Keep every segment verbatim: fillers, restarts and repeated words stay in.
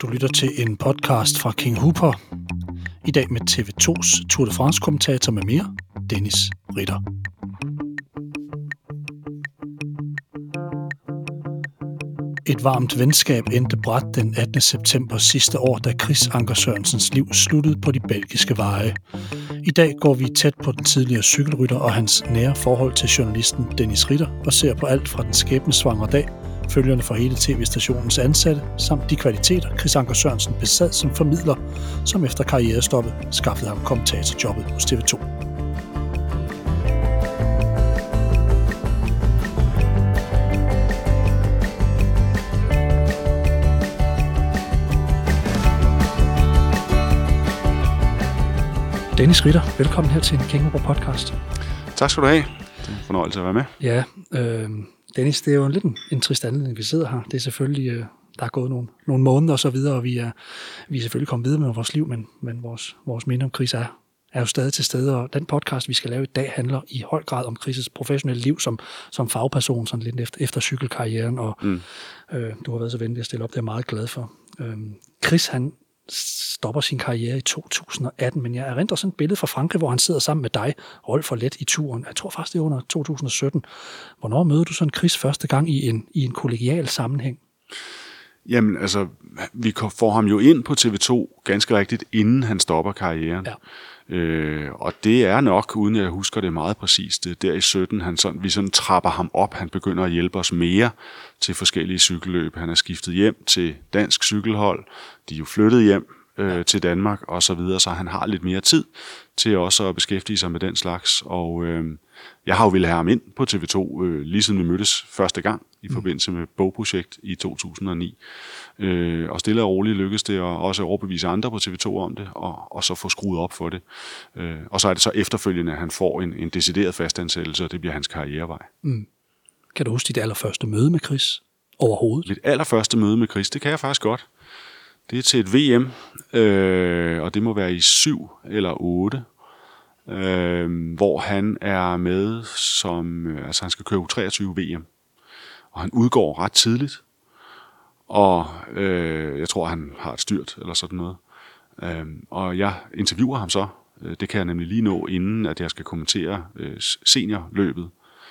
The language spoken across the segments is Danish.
Du lytter til en podcast fra King Hooper. I dag med T V to's Tour de France-kommentator med mere, Dennis Ritter. Et varmt venskab endte brat den attende september sidste år, da Chris Anker Sørensens liv sluttede på de belgiske veje. I dag går vi tæt på den tidligere cykelrytter og hans nære forhold til journalisten Dennis Ritter og ser på alt fra den skæbnesvangre dag, følgerne for hele tv-stationens ansatte, samt de kvaliteter, Chris Anker Sørensen besad som formidler, som efter karrierestoppet skaffede ham kommentatorjobbet hos T V to. Dennis Ritter, velkommen her til en King Hooper podcast. Tak skal du have. Det er en fornøjelse at være med. Ja, øh, Dennis, det er jo en lidt en, en trist anledning, vi sidder her. Det er selvfølgelig, øh, der er gået nogle, nogle måneder og så videre, og vi er, vi er selvfølgelig kommet videre med vores liv, men, men vores, vores minde om Chris er, er jo stadig til stede, og den podcast, vi skal lave i dag, handler i høj grad om Chris' professionelle liv som, som fagperson, sådan lidt efter, efter cykelkarrieren, og mm. øh, du har været så venlig at stille op, det er jeg meget glad for. Øh, Chris, han stopper sin karriere i to tusind og atten, men jeg erindrer sådan et billede fra Frankrig, hvor han sidder sammen med dig, Rolf og Let i turen. Jeg tror faktisk, det er under to tusind og sytten. Hvornår møder du sådan Chris første gang i en, i en kollegial sammenhæng? Jamen, altså, vi får ham jo ind på T V to ganske rigtigt, inden han stopper karrieren. Ja. Øh, og det er nok, uden jeg husker det meget præcist, der i sytten, han sådan, vi sådan trapper ham op. Han begynder at hjælpe os mere til forskellige cykelløb. Han er skiftet hjem til dansk cykelhold. De er jo flyttet hjem øh, til Danmark og så videre, så han har lidt mere tid til også at beskæftige sig med den slags. Og øh, jeg har jo ville have ham ind på T V to, øh, lige siden vi mødtes første gang i mm. forbindelse med bogprojekt i to tusind og ni. Øh, og stille og roligt lykkedes det at også overbevise andre på T V to om det, og, og så få skruet op for det. Øh, og så er det så efterfølgende, at han får en, en decideret fastansættelse, og det bliver hans karrierevej. Mm. Kan du huske dit allerførste møde med Chris overhovedet? Mit allerførste møde med Chris, det kan jeg faktisk godt. Det er til et V M, øh, og det må være i syv eller otte, øh, hvor han er med som, øh, altså han skal køre U treogtyve V M, og han udgår ret tidligt, og øh, jeg tror, han har et styrt eller sådan noget, øh, og jeg interviewer ham så, det kan jeg nemlig lige nå, inden at jeg skal kommentere øh, seniorløbet.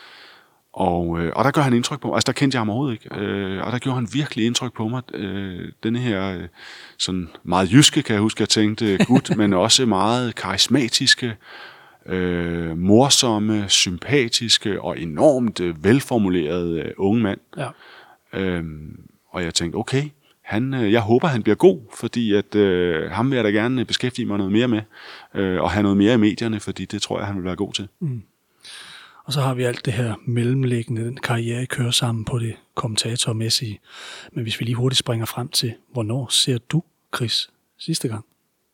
Og, øh, og der gør han indtryk på mig. Altså, der kendte jeg ham overhovedet ikke. Øh, og der gjorde han virkelig indtryk på mig. Øh, denne her øh, sådan meget jyske, kan jeg huske, jeg tænkte, gut, men også meget karismatiske, øh, morsomme, sympatiske og enormt øh, velformulerede øh, unge mand. Ja. Øh, og jeg tænkte, okay, han, øh, jeg håber, han bliver god, fordi at, øh, ham vil jeg da gerne beskæftige mig noget mere med, øh, og have noget mere i medierne, fordi det tror jeg, han vil være god til. Mm. Og så har vi alt det her mellemliggende, den karriere kører sammen på det kommentatormæssige. Men hvis vi lige hurtigt springer frem til, hvornår ser du Chris sidste gang?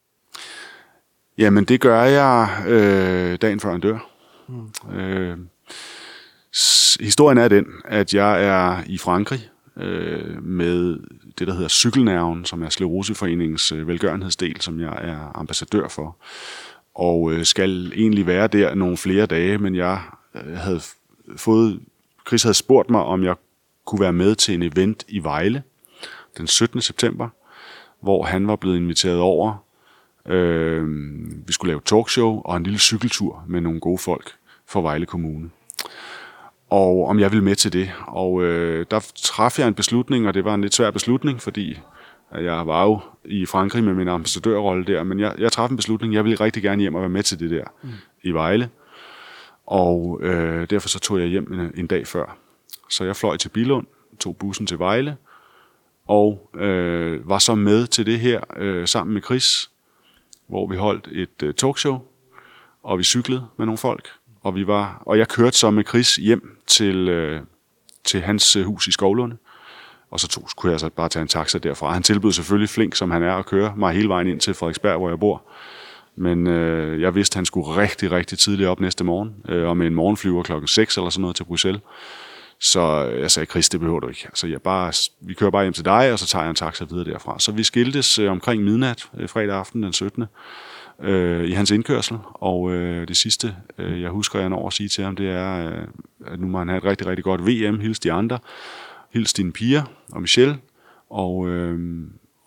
Jamen det gør jeg øh, dagen før han dør. Mm. Øh, historien er den, at jeg er i Frankrig øh, med det, der hedder Cykelnerven, som er Scleroseforeningens øh, velgørenhedsdel, som jeg er ambassadør for. Og øh, skal egentlig være der nogle flere dage, men jeg havde fået, Chris havde spurgt mig, om jeg kunne være med til en event i Vejle den syttende september, hvor han var blevet inviteret over. Øh, vi skulle lave talkshow og en lille cykeltur med nogle gode folk fra Vejle Kommune. Og om jeg ville med til det. Og øh, der traf jeg en beslutning, og det var en lidt svær beslutning, fordi jeg var jo i Frankrig med min ambassadørrolle der, men jeg, jeg traf en beslutning, jeg ville rigtig gerne hjem og være med til det der mm. i Vejle. Og øh, derfor så tog jeg hjem en, en dag før. Så jeg fløj til Billund, tog bussen til Vejle, og øh, var så med til det her øh, sammen med Chris, hvor vi holdt et øh, talkshow, og vi cyklede med nogle folk. Og, vi var, og jeg kørte så med Chris hjem til, øh, til hans øh, hus i Skovlunde, og så tog, kunne jeg så bare tage en taxa derfra. Han tilbød selvfølgelig flink, som han er, at køre mig hele vejen ind til Frederiksberg, hvor jeg bor. Men øh, jeg vidste, at han skulle rigtig, rigtig tidligt op næste morgen, øh, og med en morgenflyver klokken seks eller sådan noget til Bruxelles. Så jeg sagde, Chris, det behøver du ikke. Altså, jeg bare, vi kører bare hjem til dig, og så tager jeg en taxa videre derfra. Så vi skiltes øh, omkring midnat, øh, fredag aften den syttende Øh, i hans indkørsel. Og øh, det sidste, øh, jeg husker, jeg når at sige til ham, det er, øh, at nu må han have et rigtig, rigtig godt V M. Hils de andre. Hils dine piger og Michelle. Og, øh,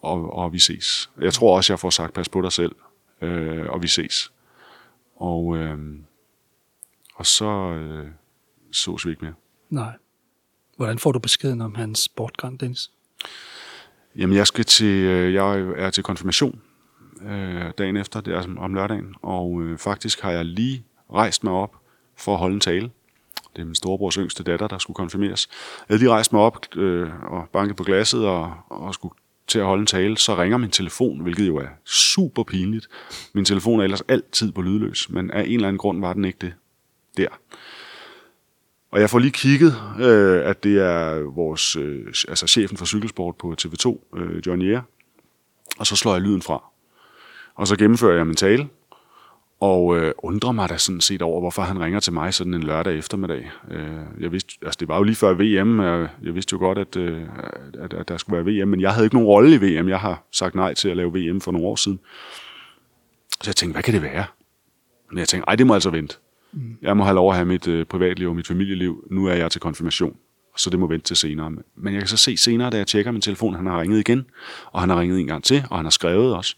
og, og vi ses. Jeg tror også, jeg får sagt, pas på dig selv, øh, og vi ses. Og, øh, og så øh, sås vi ikke mere. Nej. Hvordan får du beskeden om hans bortgang, Dennis? Jamen, jeg skal til, øh, jeg er til konfirmation øh, dagen efter, det er om lørdagen, og øh, faktisk har jeg lige rejst mig op for at holde en tale. Det er min storebrors yngste datter, der skulle konfirmeres. Jeg havde lige rejst mig op øh, og banket på glasset og, og skulle til at holde en tale, så ringer min telefon, hvilket jo er super pinligt. Min telefon er ellers altid på lydløs, men af en eller anden grund var den ikke det der. Og jeg får lige kigget, øh, at det er vores, øh, altså chefen for cykelsport på T V to, øh, John Jæger, og så slår jeg lyden fra. Og så gennemfører jeg min tale, og øh, undrer mig da sådan set over, hvorfor han ringer til mig sådan en lørdag eftermiddag. Øh, jeg vidste, altså det var jo lige før V M, jeg, jeg vidste jo godt, at, øh, at, at der skulle være V M, men jeg havde ikke nogen rolle i V M. Jeg har sagt nej til at lave V M for nogle år siden. Så jeg tænkte, hvad kan det være? Men jeg tænkte, ej, det må altså vente. Mm. Jeg må have lov at have mit øh, privatliv og mit familieliv. Nu er jeg til konfirmation, så det må vente til senere. Men jeg kan så se senere, da jeg tjekker min telefon, han har ringet igen, og han har ringet en gang til, og han har skrevet også.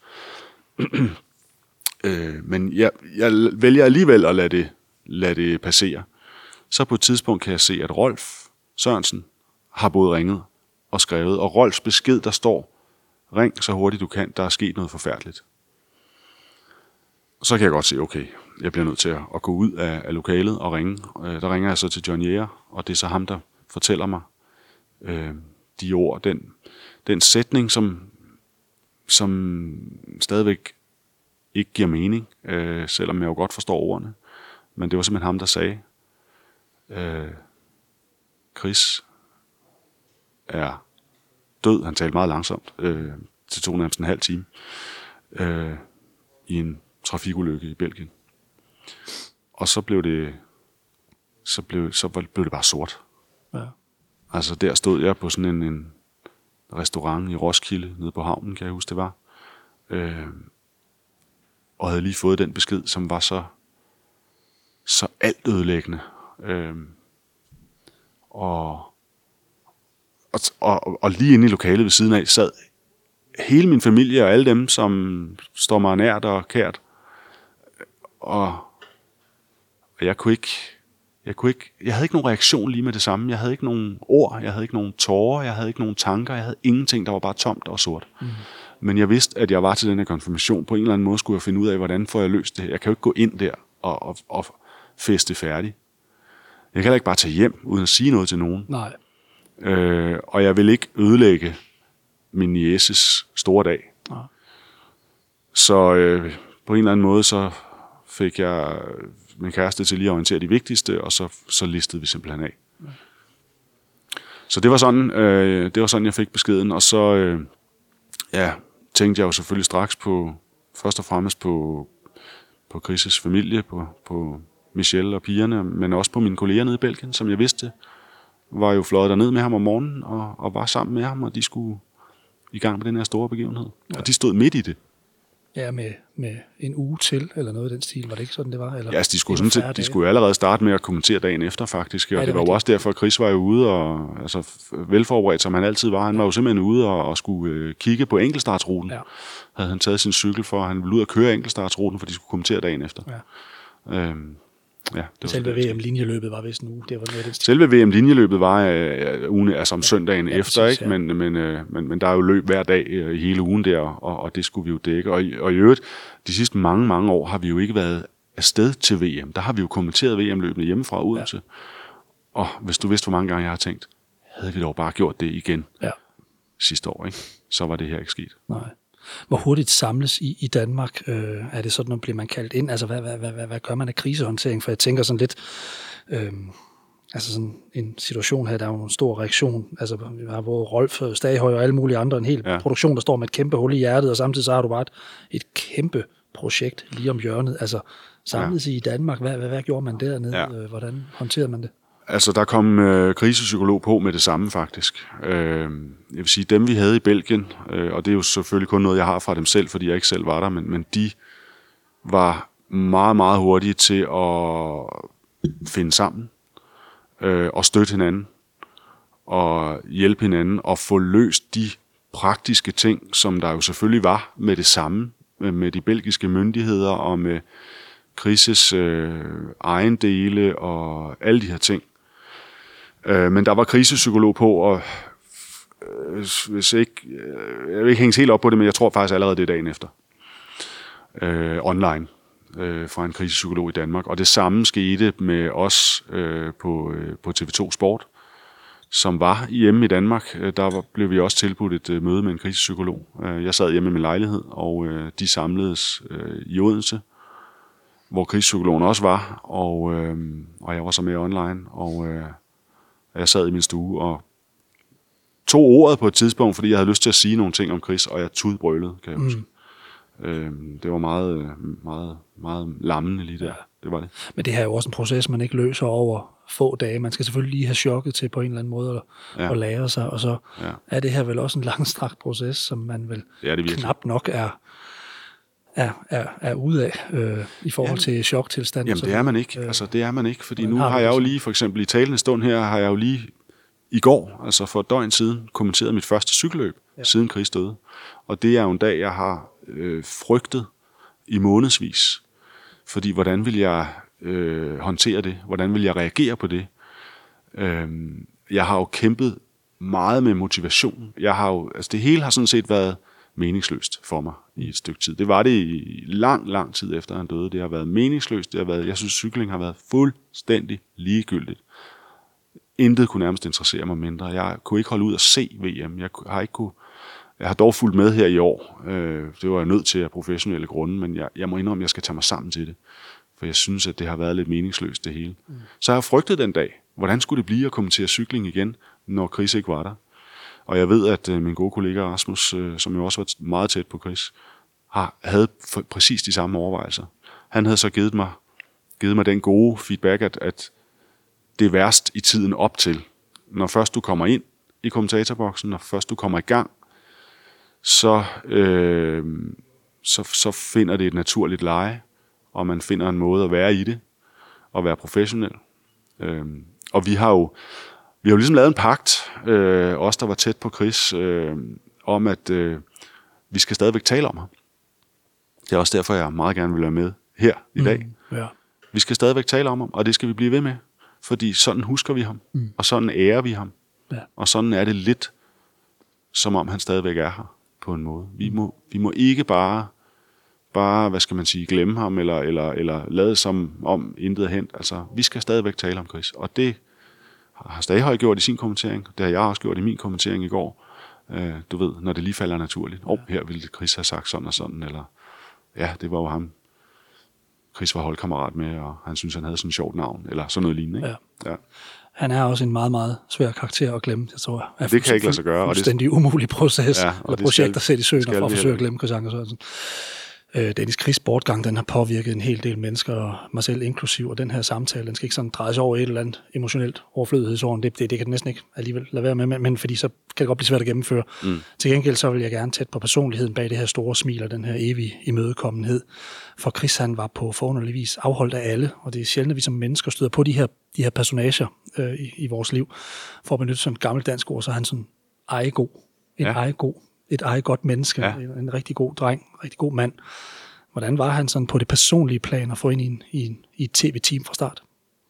øh, men jeg, jeg vælger alligevel at lade det, lade det passere. Så på et tidspunkt kan jeg se, at Rolf Sørensen har både ringet og skrevet, og Rolfs besked, der står, ring så hurtigt du kan, der er sket noget forfærdeligt. Så kan jeg godt se, okay, jeg bliver nødt til at, at gå ud af, af lokalet og ringe. Øh, der ringer jeg så til John Jæger, og det er så ham, der fortæller mig øh, de ord, den, den sætning, som, som stadigvæk ikke giver mening, øh, selvom jeg jo godt forstår ordene. Men det var simpelthen ham, der sagde, øh, Chris er død. Han talte meget langsomt. Øh, det tog nærmest en halv time. Øh, I en trafikulykke i Belgien. Og så blev det så blev, så blev det bare sort. Ja. Altså der stod jeg på sådan en, en restaurant i Roskilde, nede på havnen, kan jeg huske det var. Øh, og havde lige fået den besked, som var så så alt ødelæggende. Øh, og, og, og, og lige inde i lokalet ved siden af sad hele min familie og alle dem, som står mig nært og kært. Og, og jeg kunne ikke, jeg kunne ikke, jeg havde ikke nogen reaktion lige med det samme. Jeg havde ikke nogen ord, jeg havde ikke nogen tårer, jeg havde ikke nogen tanker, jeg havde ingenting, der var bare tomt og sort. Mm. Men jeg vidste, at jeg var til den her konfirmation. På en eller anden måde skulle jeg finde ud af, hvordan får jeg løst det. Jeg kan jo ikke gå ind der og, og, og feste færdig. Jeg kan heller ikke bare tage hjem, uden at sige noget til nogen. Nej. Øh, og jeg vil ikke ødelægge min nieces store dag. Ja. Så øh, på en eller anden måde, så fik jeg min kæreste til lige at orientere de vigtigste, og så, så listede vi simpelthen af. Ja. Så det var sådan, øh, det var sådan, jeg fik beskeden, og så øh, ja, tænkte jeg jo selvfølgelig straks på, først og fremmest på, på Chris' familie, på, på Michelle og pigerne, men også på mine kolleger nede i Belgien, som jeg vidste, var jo fløjet derned med ham om morgenen, og, og var sammen med ham, og de skulle i gang med den her store begivenhed. Ja. Og de stod midt i det. Ja, med, med en uge til, eller noget i den stil. Var det ikke sådan, det var? Eller ja, altså, de skulle, sådan set, de skulle jo allerede starte med at kommentere dagen efter, faktisk. Og ja, det, det var jo også derfor, at Chris var jo ude, og altså, velforberedt, som han altid var. Han var jo simpelthen ude og, og skulle øh, kigge på enkeltstartsruten. Ja. Havde han taget sin cykel for, han ville ud og køre enkeltstartsruten, for de skulle kommentere dagen efter. Ja. Øhm, Ja, det Selve V M-linjeløbet var vist en uge. Det var noget af den stil. Selve V M-linjeløbet var øh, ugen, altså om ja, søndagen ja, efter, præcis, ikke? Ja. Men, men, øh, men, men der er jo løb hver dag øh, hele ugen der, og, og det skulle vi jo dække. Og, og i øvrigt, de sidste mange, mange år har vi jo ikke været afsted til V M. Der har vi jo kommenteret V M-løbene hjemmefra og Odense. Ja. Og hvis du vidste, hvor mange gange jeg har tænkt, havde vi dog bare gjort det igen ja. sidste år, ikke? Så var det her ikke sket. Nej. Hvor hurtigt samles I i Danmark? Øh, er det sådan, at bliver man kaldt ind? Altså, hvad, hvad, hvad, hvad, hvad gør man af krisehåndtering? For jeg tænker sådan lidt, øh, altså sådan en situation her, der er jo en stor reaktion. Altså, vi har både Rolf Staghøj og alle mulige andre, en hel ja. produktion, der står med et kæmpe hul i hjertet, og samtidig så har du bare et, et kæmpe projekt lige om hjørnet. Altså, samles ja. I i Danmark? Hvad, hvad, hvad gjorde man dernede? Ja. Hvordan håndterede man det? Altså, der kom øh, krisepsykolog på med det samme, faktisk. Øh, jeg vil sige, dem vi havde i Belgien, øh, og det er jo selvfølgelig kun noget, jeg har fra dem selv, fordi jeg ikke selv var der, men, men de var meget, meget hurtige til at finde sammen øh, og støtte hinanden og hjælpe hinanden og få løst de praktiske ting, som der jo selvfølgelig var med det samme, med de belgiske myndigheder og med Chris' øh, ejendele og alle de her ting. Øh, men der var krisepsykolog på, og øh, hvis ikke, øh, jeg vil ikke hænge helt op på det, men jeg tror faktisk allerede det er dagen efter. Øh, online øh, fra en krisepsykolog i Danmark. Og det samme skete med os øh, på, øh, på T V to Sport, som var hjemme i Danmark. Der var, blev vi også tilbudt et øh, møde med en krisepsykolog. Øh, jeg sad hjemme i min lejlighed, og øh, de samledes øh, i Odense, hvor krisepsykologen også var, og, øh, og jeg var så med online, og øh, jeg sad i min stue og tog ordet på et tidspunkt, fordi jeg havde lyst til at sige nogle ting om Chris, og jeg tudbrølede, kan jeg huske. Mm. Øh, det var meget, meget, meget lammende lige der. Ja. Det var det. Men det her er jo også en proces, man ikke løser over få dage. Man skal selvfølgelig lige have chokket til på en eller anden måde at, ja. at lære sig, og så ja. er det her vel også en langstrakt proces, som man vel knap nok er, er, er, er ude af øh, i forhold jamen, til choktilstand. Jamen det er man ikke. Øh, altså det er man ikke, fordi nu har, har jeg jo lige, for eksempel i talende stund her, har jeg jo lige i går, altså for et døgn siden, kommenteret mit første cykelløb, ja. siden Chris døde. Og det er jo en dag, jeg har øh, frygtet i månedsvis. Fordi hvordan vil jeg øh, håndtere det? Hvordan vil jeg reagere på det? Øh, jeg har jo kæmpet meget med motivation. Jeg har jo, altså det hele har sådan set været meningsløst for mig i et stykke tid. Det var det i lang, lang tid efter han døde. Det har været meningsløst. Det har været, jeg synes, cykling har været fuldstændig ligegyldigt. Intet kunne nærmest interessere mig mindre. Jeg kunne ikke holde ud og se V M. Jeg har ikke kunne, jeg har dog fulgt med her i år. Det var jeg nødt til af professionelle grunde, men jeg, jeg må indrømme, at jeg skal tage mig sammen til det. For jeg synes, at det har været lidt meningsløst, det hele. Mm. Så jeg har frygtet den dag. Hvordan skulle det blive at kommentere cykling igen, når Chris ikke var der? Og jeg ved, at min gode kollega Rasmus, som jo også var meget tæt på Chris, har, havde præcis de samme overvejelser. Han havde så givet mig, givet mig den gode feedback, at, at det er værst i tiden op til. Når først du kommer ind i kommentatorboksen, når først du kommer i gang, så, øh, så, så finder det et naturligt leje, og man finder en måde at være i det, og være professionel. Øh, og vi har jo vi har jo ligesom lavet en pagt, øh, os der var tæt på Chris, øh, om at øh, vi skal stadigvæk tale om ham. Det er også derfor, jeg meget gerne vil være med her i mm, dag. Ja. Vi skal stadigvæk tale om ham, og det skal vi blive ved med. Fordi sådan husker vi ham, mm. og sådan ærer vi ham. Ja. Og sådan er det lidt, som om han stadigvæk er her på en måde. Vi må, vi må ikke bare, bare, hvad skal man sige, glemme ham, eller, eller, eller lade som om intet er hent. Altså, vi skal stadigvæk tale om Chris. Og det har Stahøj gjort i sin kommentering. Det har jeg også gjort i min kommentering i går. Øh, du ved, når det lige falder naturligt. Åh, oh, her ville Chris have sagt sådan og sådan, eller ja, det var jo ham. Chris var holdkammerat med, og han synes, han havde sådan et sjovt navn, eller sådan noget lignende. Ikke? Ja. Ja. Han er også en meget, meget svær karakter at glemme, jeg tror. Er det kan ikke lade sig gøre. Det er fuldstændig umulig proces, ja, eller projekt at sætte i søen for at forsøge at glemme Chris Anker Sørensen. Øh, Dennis Chris' bortgang, den har påvirket en hel del mennesker, og mig selv inklusiv, og den her samtale, den skal ikke sådan dreje sig over et eller andet emotionelt overflødighedsorden. Det, det, det kan den næsten ikke alligevel lade være med, men, men fordi så kan det godt blive svært at gennemføre. Mm. Til gengæld så vil jeg gerne tæt på personligheden bag det her store smil og den her evige imødekommenhed. For Chris, han var på forunderlig vis afholdt af alle, og det er sjældent, at vi som mennesker støder på de her, de her personager øh, i, i vores liv. For at benytte sådan et gammelt dansk ord, så er han sådan ejegod. En ja. ejegod. Et eget godt menneske, ja. en, en rigtig god dreng, en rigtig god mand. Hvordan var han sådan på det personlige plan at få ind i, en, i, en, i et tv-team fra start?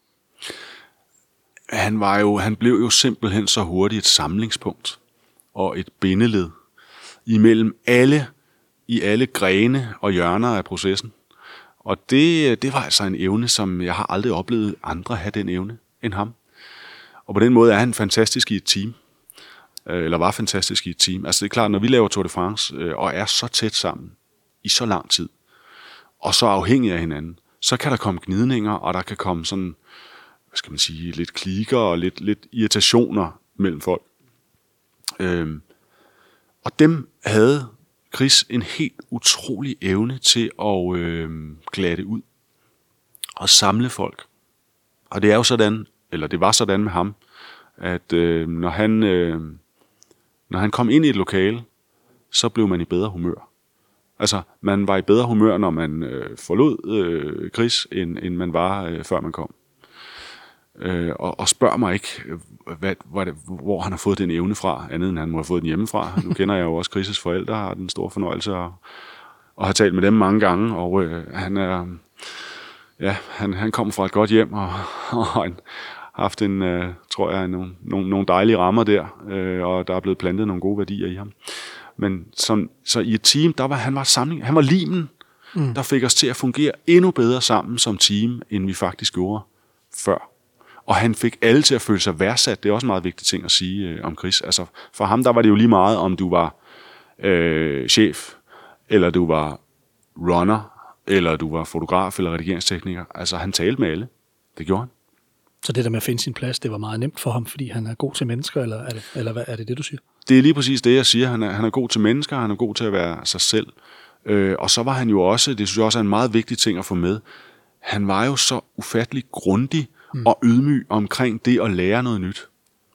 Han var jo, han blev jo simpelthen så hurtigt et samlingspunkt og et bindeled imellem alle, i alle grene og hjørner af processen. Og det, det var altså en evne, som jeg har aldrig oplevet andre have den evne end ham. Og på den måde er han fantastisk i et team. Eller var fantastisk i et team. Altså det er klart, når vi laver Tour de France, øh, og er så tæt sammen i så lang tid, og så afhængige af hinanden, så kan der komme gnidninger, og der kan komme sådan, hvad skal man sige, lidt klikker og lidt, lidt irritationer mellem folk. Øhm, og dem havde Chris en helt utrolig evne til at øh, glatte ud og samle folk. Og det er jo sådan, eller det var sådan med ham, at øh, når han... Øh, Når han kom ind i et lokale, så blev man i bedre humør. Altså, man var i bedre humør, når man øh, forlod øh, Chris, end, end man var, øh, før man kom. øh, og, og spørger mig ikke, hvad, hvad det, hvor han har fået den evne fra, andet end han må have fået den hjemmefra. Nu kender jeg jo også Chris' forældre, har den store fornøjelse at, at have talt med dem mange gange, og øh, han er... Ja, han, han kom fra et godt hjem, og, og han har haft en, øh, tror jeg, nogle, nogle, nogle dejlige rammer der, øh, og der er blevet plantet nogle gode værdier i ham. Men som, så i et team, der var han var samling, han var limen, mm. der fik os til at fungere endnu bedre sammen som team, end vi faktisk gjorde før. Og han fik alle til at føle sig værdsat. Det er også en meget vigtig ting at sige øh, om Chris. Altså, for ham, der var det jo lige meget, om du var øh, chef, eller du var runner, eller du var fotograf eller redigeringstekniker. Altså, han talte med alle. Det gjorde han. Så det der med at finde sin plads, det var meget nemt for ham, fordi han er god til mennesker, eller er det, eller hvad, er det det, du siger? Det er lige præcis det, jeg siger. Han er, han er god til mennesker, han er god til at være sig selv. Øh, og så var han jo også, det synes jeg også er en meget vigtig ting at få med, han var jo så ufattelig grundig mm. og ydmyg omkring det at lære noget nyt.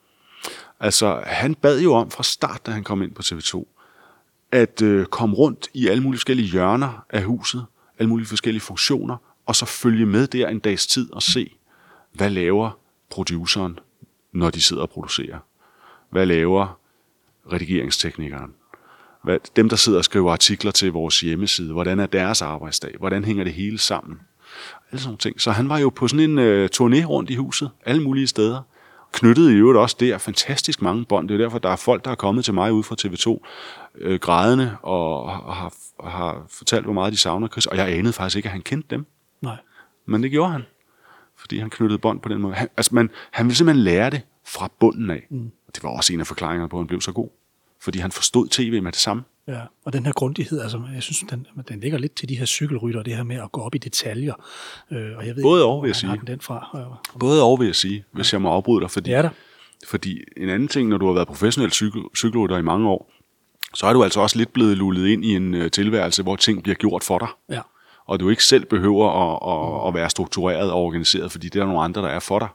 Altså, han bad jo om fra start, da han kom ind på T V to, at øh, komme rundt i alle mulige forskellige hjørner af huset, alle mulige forskellige funktioner, og så følge med der en dags tid og se, hvad laver produceren, når de sidder og producerer? Hvad laver redigeringsteknikeren? Hvad, dem, der sidder og skriver artikler til vores hjemmeside, hvordan er deres arbejdsdag? Hvordan hænger det hele sammen? Alle sådan ting. Så han var jo på sådan en øh, turné rundt i huset, alle mulige steder. Knyttede i øvrigt også der fantastisk mange bånd. Det er derfor, der er folk, der er kommet til mig ude fra T V to, øh, grædende, og, og, har, og har fortalt, hvor meget de savner Chris. Og jeg anede faktisk ikke, at han kendte dem. Nej. Men det gjorde han. Fordi han knyttede bånd på den måde. Han, altså man, han ville simpelthen lære det fra bunden af. Mm. Og det var også en af forklaringerne på, at han blev så god. Fordi han forstod tv med det samme. Ja, og den her grundighed, altså, jeg synes, den, den ligger lidt til de her cykelrytter, det her med at gå op i detaljer. Øh, og jeg ved Både ikke, og, vil jeg sige. Den, den fra. Øh, Både og, vil jeg sige, hvis ja. jeg må afbryde dig. Fordi, det er der. Fordi en anden ting, når du har været professionel cykel, cykelrytter i mange år, så er du altså også lidt blevet lullet ind i en uh, tilværelse, hvor ting bliver gjort for dig. Ja. Og du ikke selv behøver at, at, at være struktureret og organiseret, fordi det er der nogle andre, der er for dig.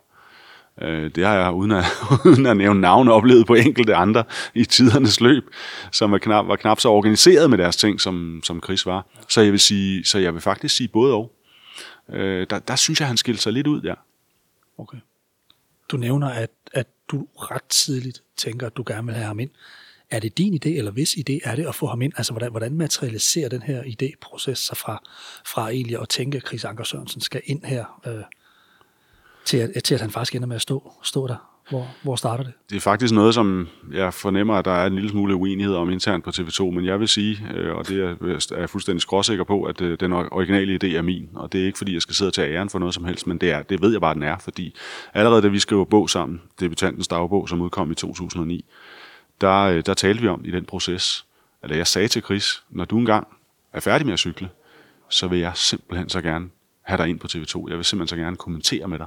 Det har jeg, uden at, uden at nævne navne, oplevet på enkelte andre i tidernes løb, som var knap, var knap så organiseret med deres ting, som, som Chris var. Så jeg vil sige, så jeg vil faktisk sige både og. Øh, der, der synes jeg, han skilte sig lidt ud, ja. Okay. Du nævner, at, at du ret tidligt tænker, at du gerne vil have ham ind. Er det din idé, eller hvis idé er det at få ham ind? Altså, hvordan, hvordan materialiserer den her idéproces sig fra, fra egentlig at tænke, at Chris Anker Sørensen skal ind her, øh, til, at, til at han faktisk ender med at stå, stå der? Hvor, hvor starter det? Det er faktisk noget, som jeg fornemmer, at der er en lille smule uenighed om internt på T V to, men jeg vil sige, og det er jeg fuldstændig skråsikker på, at den originale idé er min, og det er ikke, fordi jeg skal sidde og tage æren for noget som helst, men det, er, det ved jeg bare, den er, fordi allerede da vi skrev bog sammen, Debutantens dagbog, som udkom i to tusind og ni, der, der talte vi om i den proces, eller jeg sagde til Chris, når du engang er færdig med at cykle, så vil jeg simpelthen så gerne have dig ind på T V to. Jeg vil simpelthen så gerne kommentere med dig.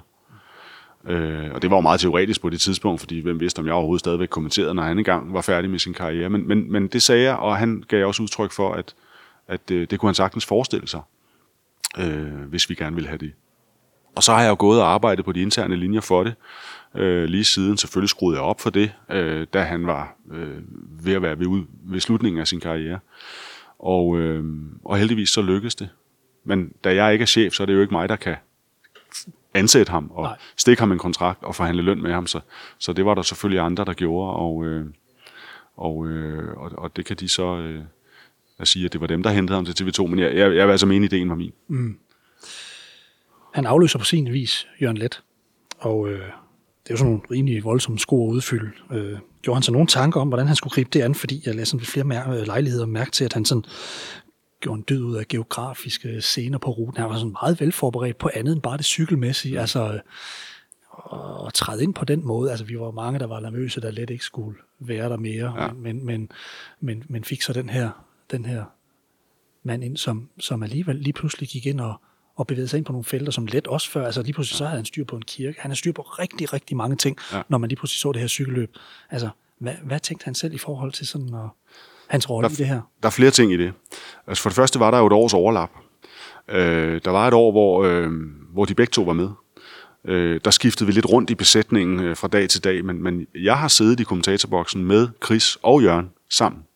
Øh, og det var jo meget teoretisk på det tidspunkt, fordi hvem vidste, om jeg overhovedet stadigvæk kommenterede, når han engang var færdig med sin karriere. Men, men, men det sagde jeg, og han gav også udtryk for, at, at øh, det kunne han sagtens forestille sig, øh, hvis vi gerne ville have det. Og så har jeg jo gået og arbejdet på de interne linjer for det, øh, lige siden. Selvfølgelig skruede jeg op for det, øh, da han var øh, ved at være ved, ud, ved slutningen af sin karriere. Og, øh, og heldigvis så lykkedes det. Men da jeg ikke er chef, så er det jo ikke mig, der kan ansætte ham og Nej. stikke ham en kontrakt og forhandle løn med ham. Så, så det var der selvfølgelig andre, der gjorde, og, øh, og, øh, og, og det kan de så øh, sige, at det var dem, der hentede ham til T V to, men jeg, jeg, jeg vil altså mene, ideen var min. Mm. Han afløser på sin vis Jørgen Leth, og øh, det er jo sådan nogle rimelig voldsomme sko at udfylde. Øh, gjorde han så nogle tanker om, hvordan han skulle gribe det an, fordi jeg læste ved flere mær- lejligheder mærke til, at han sådan gjorde en dyd ud af geografiske scener på ruten. Han var sådan meget velforberedt på andet end bare det cykelmæssige. Mm. Altså at træde ind på den måde. Altså vi var mange, der var nervøse, der let ikke skulle være der mere, ja. men, men, men, men fik så den her, den her mand ind, som, som alligevel lige pludselig gik ind og, og bevægede sig ind på nogle felter, som let også før. Altså lige pludselig så havde han styr på en kirke. Han har styr på rigtig, rigtig mange ting, ja. når man lige pludselig så det her cykelløb. Altså, hvad, hvad tænkte han selv i forhold til sådan at hans rolle i det her? Der er flere ting i det. Altså for det første var der jo et års overlap. Øh, der var et år, hvor, øh, hvor de begge to var med. Øh, der skiftede vi lidt rundt i besætningen øh, fra dag til dag, men, men jeg har siddet i kommentatorboksen med Chris og Jørgen sammen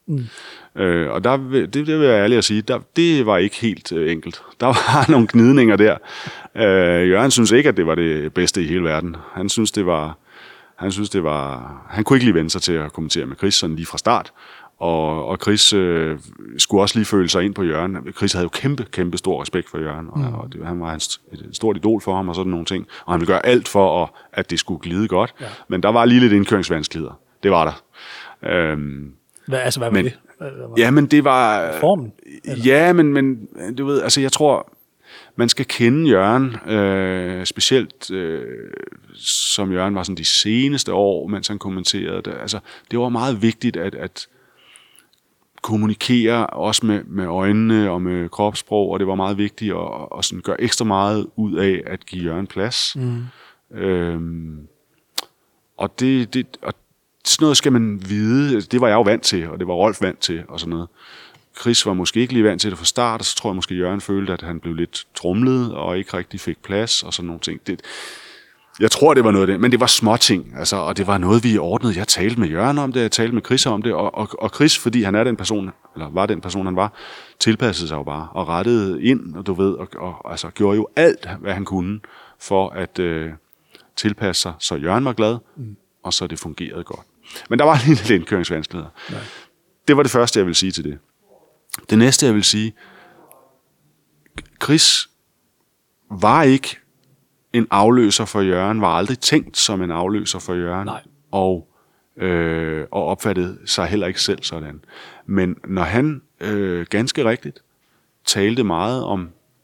Mm. Øh, og der, det, det vil jeg ærlig at sige, der, det var ikke helt øh, enkelt. Der var nogle gnidninger der. Øh, Jørgen synes ikke, at det var det bedste i hele verden. Han synes, det var... Han synes, det var... Han kunne ikke lige vende sig til at kommentere med Chris sådan lige fra start. Og, og Chris øh, skulle også lige føle sig ind på Jørgen. Chris havde jo kæmpe, kæmpe stor respekt for Jørgen. Og, mm. og det, han var et, et stort idol for ham og sådan nogle ting. Og han ville gøre alt for, at, at det skulle glide godt. Ja. Men der var lige lidt indkøringsvanskeligheder. Det var der. Øhm, hvad, altså, hvad var men, det? Hvad, hvad var ja, men det var... Formen? Eller? Ja, men, men du ved, altså jeg tror... Man skal kende Jørgen, øh, specielt øh, som Jørgen var sådan de seneste år, mens han kommenterede det. Altså, det var meget vigtigt at, at kommunikere også med, med øjnene og med kropssprog, og det var meget vigtigt at, at sådan gøre ekstra meget ud af at give Jørgen plads. Mm. Øhm, og det, det og sådan noget skal man vide. Det var jeg jo vant til, og det var Rolf vant til, og sådan noget. Chris var måske ikke lige vant til det fra start, og så tror jeg måske, Jørgen følte, at han blev lidt tromlet, og ikke rigtig fik plads, og sådan nogle ting. Det, jeg tror, det var noget af det, men det var småting, altså, og det var noget, vi ordnede. Jeg talte med Jørgen om det, jeg talte med Chris om det, og, og, og Chris, fordi han er den person, eller var den person, han var, tilpassede sig jo bare, og rettede ind, og du ved, og, og altså, gjorde jo alt, hvad han kunne, for at øh, tilpasse sig, så Jørgen var glad, mm. og så det fungerede godt. Men der var lige lidt indkøringsvanskeligheder. Ja. Det var det første, jeg ville sige til det. Det næste, jeg vil sige, Chris var ikke en afløser for Jørgen, var aldrig tænkt som en afløser for Jørgen, Nej. og, øh, og opfattede sig heller ikke selv sådan. Men når han øh, ganske rigtigt talte meget om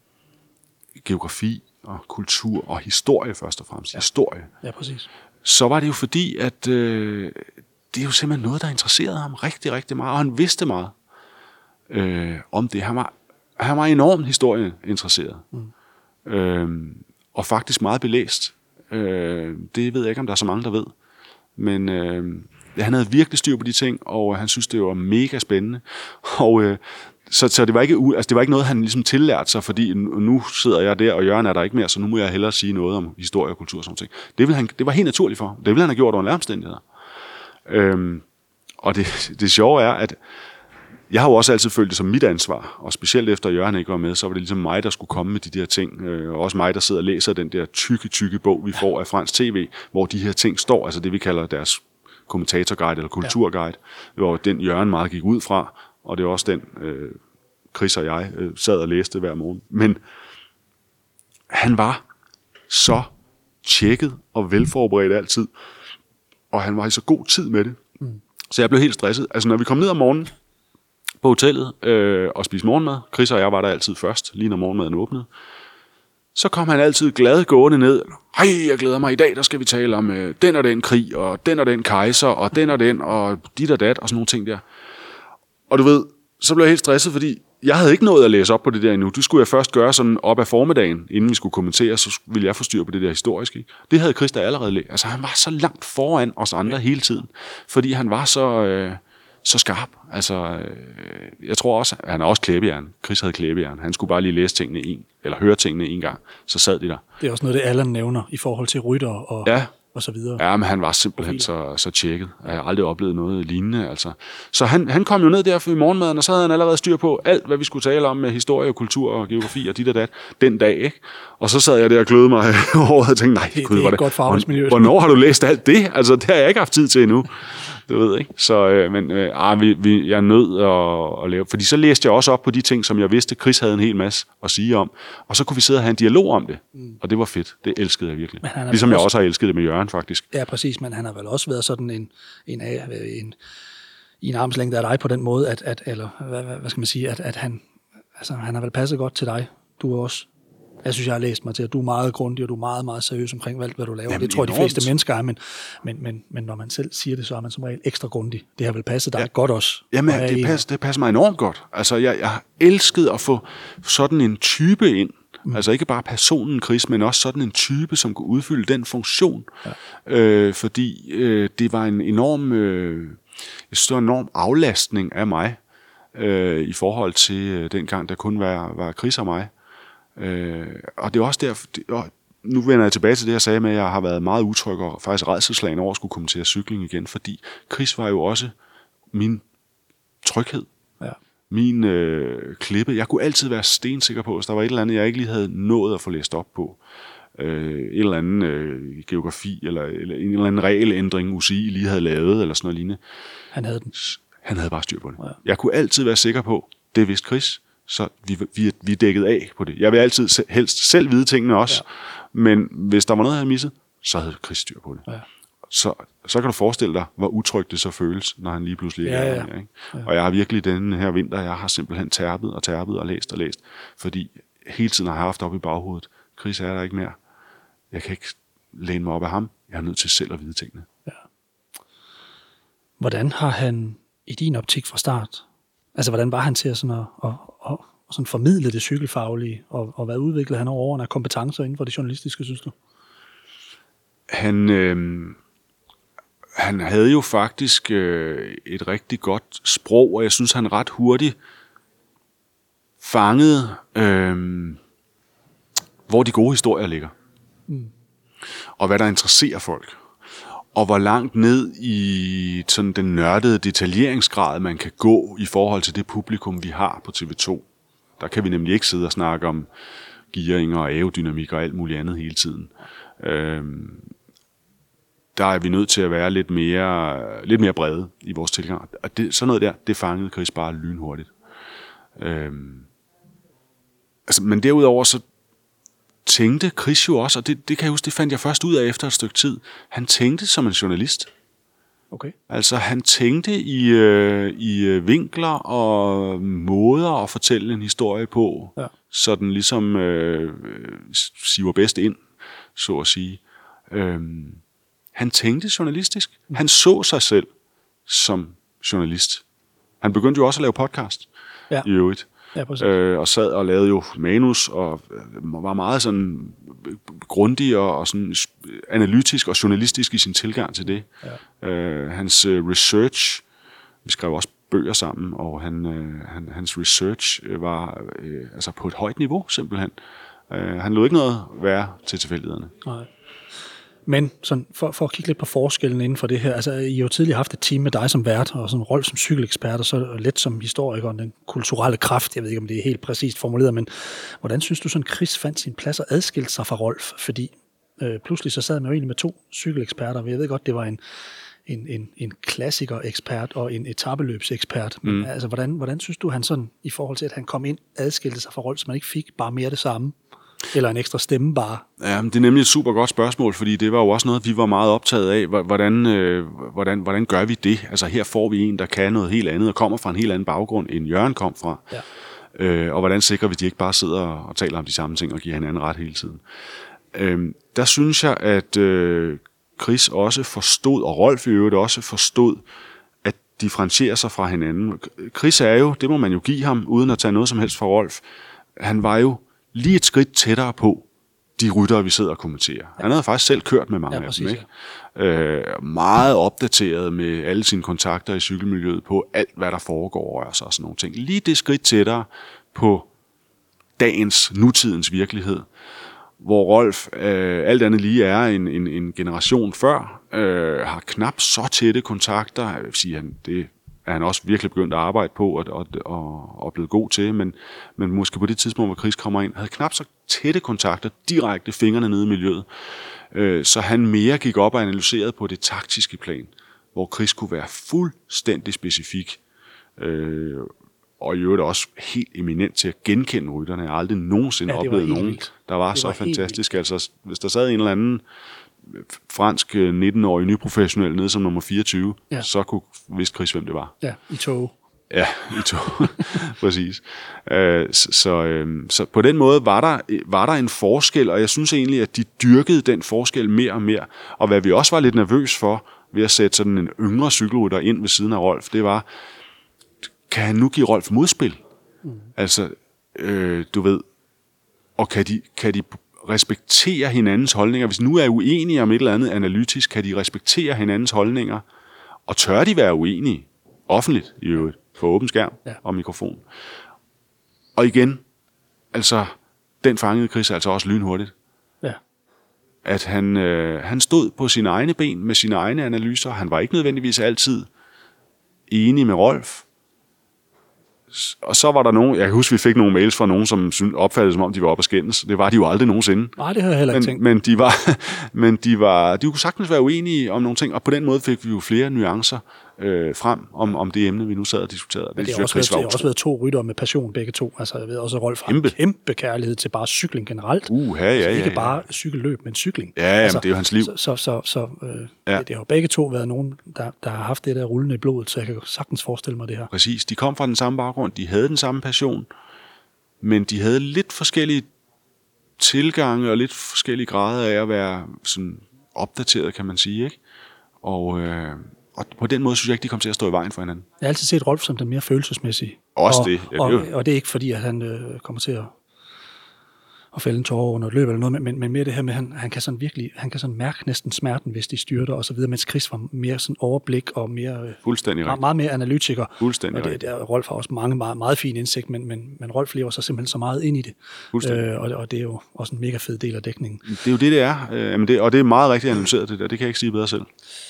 geografi og kultur og historie først og fremmest, ja. historie, ja, præcis. så var det jo fordi, at øh, det er jo simpelthen noget, der interesserede ham rigtig, rigtig meget, og han vidste meget. Øh, om det. Han var, han var enormt historieinteresseret. Mm. Øh, og faktisk meget belæst. Øh, det ved jeg ikke, om der er så mange, der ved. Men øh, ja, han havde virkelig styr på de ting, og han synes, det var mega spændende. Og øh, så, så det var ikke altså, det var ikke noget, han ligesom tillærte sig, fordi nu sidder jeg der, og Jørgen er der ikke mere, så nu må jeg hellere sige noget om historie og kultur og sådan ting. Det, ville han, det var helt naturligt for ham. Det ville han have gjort under omstændigheder. Øh, og det, det sjove er, at jeg har jo også altid følt det som mit ansvar, og specielt efter Jørgen ikke var med, så var det ligesom mig, der skulle komme med de der ting, og også mig, der sidder og læser den der tykke, tykke bog, vi får af fransk tv, hvor de her ting står, altså det vi kalder deres kommentatorguide eller kulturguide, ja. Hvor den Jørgen meget gik ud fra, og det er også den, øh, Chris og jeg øh, sad og læste hver morgen. Men han var så tjekket og velforberedt altid, og han var i så god tid med det, mm. så jeg blev helt stresset. Altså når vi kom ned om morgenen, på hotellet øh, og spise morgenmad. Chris og jeg var der altid først, lige når morgenmaden åbnede. Så kom han altid glad gående ned. Hej, jeg glæder mig i dag, der skal vi tale om øh, den og den krig, og den og den kejser, og den og den, og dit og dat, og sådan nogle ting der. Og du ved, så blev jeg helt stresset, fordi jeg havde ikke nået at læse op på det der endnu. Det skulle jeg først gøre sådan op af formiddagen, inden vi skulle kommentere, så ville jeg få styr på det der historiske. Det havde Chris da allerede læst. Altså han var så langt foran os andre hele tiden, fordi han var så... Øh, så skarp. Altså, øh, jeg tror også, han er også klæbejern. Chris havde klæbejern. Han skulle bare lige læse tingene en, eller høre tingene en gang. Så sad de der. Det er også noget, det Allan nævner i forhold til rytter og, ja. og så videre. Ja, men han var simpelthen så, så tjekket. Jeg har aldrig oplevet noget lignende. Altså. Så han, han kom jo ned der for i morgenmaden, og så havde han allerede styr på alt, hvad vi skulle tale om med historie, kultur og geografi og dit og dat, den dag, ikke? Og så sad jeg der og kløede mig over og tænkte, nej, det, gud, det er var det godt for arbejdsmiljøet. Hvornår har du læst alt det? Altså, det har jeg ikke haft tid til endnu. Du ved ikke. Så, øh, men øh, ah, vi, vi, jeg er nødt at, at lave. Fordi så læste jeg også op på de ting, som jeg vidste, Chris havde en hel masse at sige om. Og så kunne vi sidde og have en dialog om det. Mm. Og det var fedt. Det elskede jeg virkelig. Ligesom jeg også, også har elsket det med Jørgen, faktisk. Ja, præcis. Men han har vel også været sådan en, en, en, en i en armslængde af dig på den måde, at, at eller hvad, hvad skal man sige, at, at han, altså, han har vel passet godt til dig. Du er også... Jeg synes, jeg har læst mig til, at du er meget grundig, og du er meget, meget seriøs omkring alt, hvad du laver. Jamen, det tror jeg, de fleste mennesker er, men, men, men, men når man selv siger det, så er man som regel ekstra grundig. Det har vel passet dig ja. godt også. Jamen, det passer, det passer mig enormt godt. Altså, jeg, jeg har elsket at få sådan en type ind. Mm. Altså ikke bare personen Chris, men også sådan en type, som kunne udfylde den funktion. Ja. Øh, fordi øh, det var en enorm, øh, jeg synes, det var en enorm aflastning af mig, øh, i forhold til øh, den gang, der kun var, var Chris og mig. Øh, og det er også derfor, det, og nu vender jeg tilbage til det, jeg sagde med, at jeg har været meget utryg og faktisk rædselsslagen over at skulle komme til at cykling igen, fordi Chris var jo også min tryghed. Ja. Min øh, klippe, jeg kunne altid være stensikker på, hvis der var et eller andet, jeg ikke lige havde nået at få læst op på. Øh, et eller andet øh, geografi, eller, eller en eller anden regelændring, U C I lige havde lavet, eller sådan noget lignende. Han havde den. Han havde bare styr på det. Ja. Jeg kunne altid være sikker på, det vidste Chris, så vi, vi, vi er dækket af på det. Jeg vil altid se, helst selv vide tingene også, ja. Men hvis der var noget, jeg havde misset, så havde Chris styr på det. Ja. Så, så kan du forestille dig, hvor utrygt det så føles, når han lige pludselig ja, er ja. her. Ikke? Ja. Og jeg har virkelig den her vinter, jeg har simpelthen tærpet og tærpet og læst og læst, fordi hele tiden har jeg haft op i baghovedet, Chris er der ikke mere. Jeg kan ikke læne mig op af ham. Jeg er nødt til selv at vide tingene. Ja. Hvordan har han i din optik fra start, altså hvordan var han til at, sådan at, at, at, at sådan formidle det cykelfaglige, og, og hvad udviklede han over årene af kompetencer inden for det journalistiske, synes du? Han, øh, han havde jo faktisk øh, et rigtig godt sprog, og jeg synes, han ret hurtigt fangede, øh, hvor de gode historier ligger. Mm. Og hvad der interesserer folk. Og hvor langt ned i sådan den nørdede detaljeringsgrad, man kan gå i forhold til det publikum, vi har på T V to. Der kan vi nemlig ikke sidde og snakke om gearinger og aerodynamik og alt muligt andet hele tiden. Øhm, der er vi nødt til at være lidt mere, lidt mere brede i vores tilgang. Og det, sådan noget der, det fangede Chris bare lynhurtigt. Øhm, altså, men derudover så tænkte Chris jo også, og det, det kan jeg huske, det fandt jeg først ud af efter et stykke tid. Han tænkte som en journalist. Okay. Altså han tænkte i, øh, i vinkler og måder at fortælle en historie på, ja. Så den ligesom øh, siver bedst ind, så at sige. Øhm, han tænkte journalistisk. Han så sig selv som journalist. Han begyndte jo også at lave podcast ja. i øvrigt. Ja, øh, og sad og lavede jo manus, og var meget sådan grundig og, og sådan analytisk og journalistisk i sin tilgang til det. Ja. Øh, hans øh, research, vi skrev også bøger sammen, og han, øh, han, hans research var øh, altså på et højt niveau, simpelthen. Øh, han lod ikke noget være til tilfældighederne. Nej. Men sådan, for, for at kigge lidt på forskellen inden for det her, altså I har jo tidligere haft et team med dig som vært, og sådan Rolf som cykelekspert, og så let som historiker, og den kulturelle kraft, jeg ved ikke, om det er helt præcist formuleret, men hvordan synes du sådan, Chris fandt sin plads og adskilte sig fra Rolf? Fordi øh, pludselig så sad man jo egentlig med to cykeleksperter, og jeg ved godt, det var en, en, en, en klassiker-ekspert og en etapeløbsekspert, men mm. altså, hvordan, hvordan synes du, han sådan, i forhold til, at han kom ind, adskilte sig fra Rolf, så man ikke fik bare mere det samme? Eller en ekstra stemme bare? Ja, det er nemlig et super godt spørgsmål, fordi det var jo også noget, vi var meget optaget af. Hvordan, øh, hvordan, hvordan gør vi det? Altså her får vi en, der kan noget helt andet, og kommer fra en helt anden baggrund, end Jørgen kom fra. Ja. Øh, og hvordan sikrer vi, at de ikke bare sidder og taler om de samme ting og giver hinanden ret hele tiden? Øh, der synes jeg, at øh, Chris også forstod, og Rolf i øvrigt også forstod, at differentiere sig fra hinanden. Chris er jo, det må man jo give ham, uden at tage noget som helst fra Rolf. Han var jo lige et skridt tættere på de ryttere, vi sidder og kommenterer. Ja. Han havde faktisk selv kørt med mange ja, præcis, af dem. Ikke? Ja. Øh, meget opdateret med alle sine kontakter i cykelmiljøet på alt, hvad der foregår og sådan nogle ting. Lige det skridt tættere på dagens, nutidens virkelighed, hvor Rolf øh, alt andet lige er en, en, en generation før, øh, har knap så tætte kontakter. Jeg vil sige, han, det er han også virkelig begyndt at arbejde på og, og, og, og blevet god til, men, men måske på det tidspunkt, hvor Chris kommer ind, havde knap så tætte kontakter, direkte fingrene nede i miljøet, øh, så han mere gik op og analyserede på det taktiske plan, hvor Chris kunne være fuldstændig specifik, øh, og i øvrigt også helt eminent til at genkende rytterne. Jeg har aldrig nogensinde ja, oplevet nogen, vildt. Der var det så var fantastisk. Altså, hvis der sad en eller anden fransk nitten-årig nyprofessionel nede som nummer fireogtyve, ja. Så kunne vidste Chris, hvem det var. Ja, i tog. Ja, i tog. Præcis. Øh, så, så, øh, så på den måde var der, var der en forskel, og jeg synes egentlig, at de dyrkede den forskel mere og mere. Og hvad vi også var lidt nervøs for, ved at sætte sådan en yngre cykelrytter ind ved siden af Rolf, det var, kan han nu give Rolf modspil? Mm. Altså, øh, du ved, og kan de, kan de respektere hinandens holdninger? Hvis nu er uenige om et eller andet analytisk, kan de respektere hinandens holdninger? Og tør de være uenige? Offentligt i øvrigt, for åben skærm ja. Og mikrofon. Og igen, altså, den fangede Chris altså også lynhurtigt. Ja. At han, øh, han stod på sine egne ben med sine egne analyser. Han var ikke nødvendigvis altid enig med Rolf, og så var der nogen, jeg kan huske, vi fik nogle mails fra nogen, som opfattede som om, de var oppe at skændes. Det var de jo aldrig nogensinde. Nej, det havde jeg heller ikke men, tænkt. Men de var, men de var, de kunne sagtens være uenige om nogle ting, og på den måde fik vi jo flere nuancer øh, frem om, om det emne, vi nu sad og diskuterede. Men det har også, været, det har også været to ryttere med passion, begge to. Altså, jeg ved også, at Rolf har kæmpe. kæmpe kærlighed til bare cykling generelt. Uh, ja, ja, ja, ja. Ikke bare cykelløb, men cykling. Ja, jamen, altså, det er jo hans liv. Så, så, så, så øh, ja. det, det har begge to været nogen, der, der har haft det der rullende i blodet, så jeg kan sagtens forestille mig det her. Præcis. De kom fra den samme baggrund, de havde den samme passion, men de havde lidt forskellige tilgange og lidt forskellige grader af at være sådan opdateret, kan man sige, ikke? Og, øh, og på den måde synes jeg ikke, de kom til at stå i vejen for hinanden. Jeg har altid set Rolf som den mere følelsesmæssige. Også og, det. Ja, og, det og, og det er ikke fordi, at han øh, kommer til at, at fælde en tårer under et løb eller noget, men, men mere det her med, at han, han kan sådan virkelig, han kan sådan mærke næsten smerten, hvis de styrter og så videre, mens Chris var mere sådan overblik og mere, Fuldstændig meget, meget mere analytiker. Fuldstændig og det, det er, Rolf har også mange meget, meget fin indsigt, men, men, men Rolf lever så simpelthen så meget ind i det. Øh, og, og det er jo også en mega fed del af dækningen. Det er jo det, det er. Øh, det, og det er meget rigtigt analyseret, det der. Det kan jeg ikke sige bedre selv.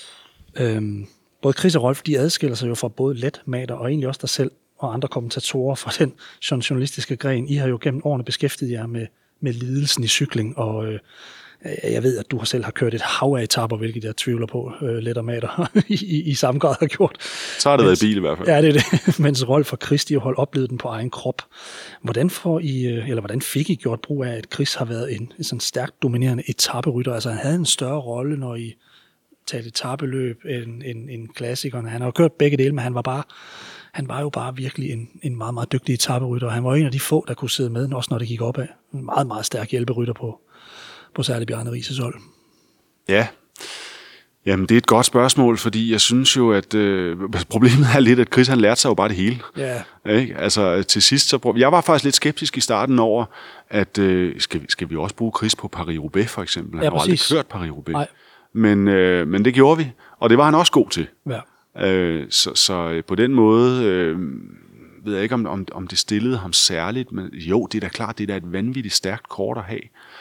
Øhm, både Chris og Rolf, de adskiller sig jo fra både letmater og egentlig også dig selv og andre kommentatorer fra den journalistiske gren. I har jo gennem årene beskæftiget jer med, med lidelsen i cykling, og øh, jeg ved, at du selv har kørt et hav af etaper, hvilket jeg tvivler på, øh, lettermater i, i, i samme grad har gjort. Så har det mens, været i bil i hvert fald. Ja, det er det. Mens Rolf og Chris, de har holdt oplevet den på egen krop. Hvordan får I, eller hvordan fik I gjort brug af, at Chris har været en, en sådan stærkt dominerende etaperytter? Altså han havde en større rolle, når I talte etapeløb end, end, end klassikerne. Han har jo kørt begge dele, men han var bare han var jo bare virkelig en, en meget, meget dygtig etaperytter. Han var en af de få, der kunne sidde med, også når det gik opad. En meget, meget stærk hjælperytter på, på særligt Bjarne Riises hold. Ja, jamen det er et godt spørgsmål, fordi jeg synes jo, at øh, problemet er lidt, at Chris han lærte sig jo bare det hele. Ja. Ikke? Altså til sidst, så prøv... jeg var faktisk lidt skeptisk i starten over, at øh, skal, vi, skal vi også bruge Chris på Paris-Roubaix for eksempel? Han ja, har aldrig kørt Paris-Roubaix. Men, øh, men det gjorde vi, og det var han også god til. Ja. Øh, så, så på den måde øh, ved jeg ikke, om, om, om det stillede ham særligt, men jo, det er da klart, det er da et vanvittigt stærkt kort at have,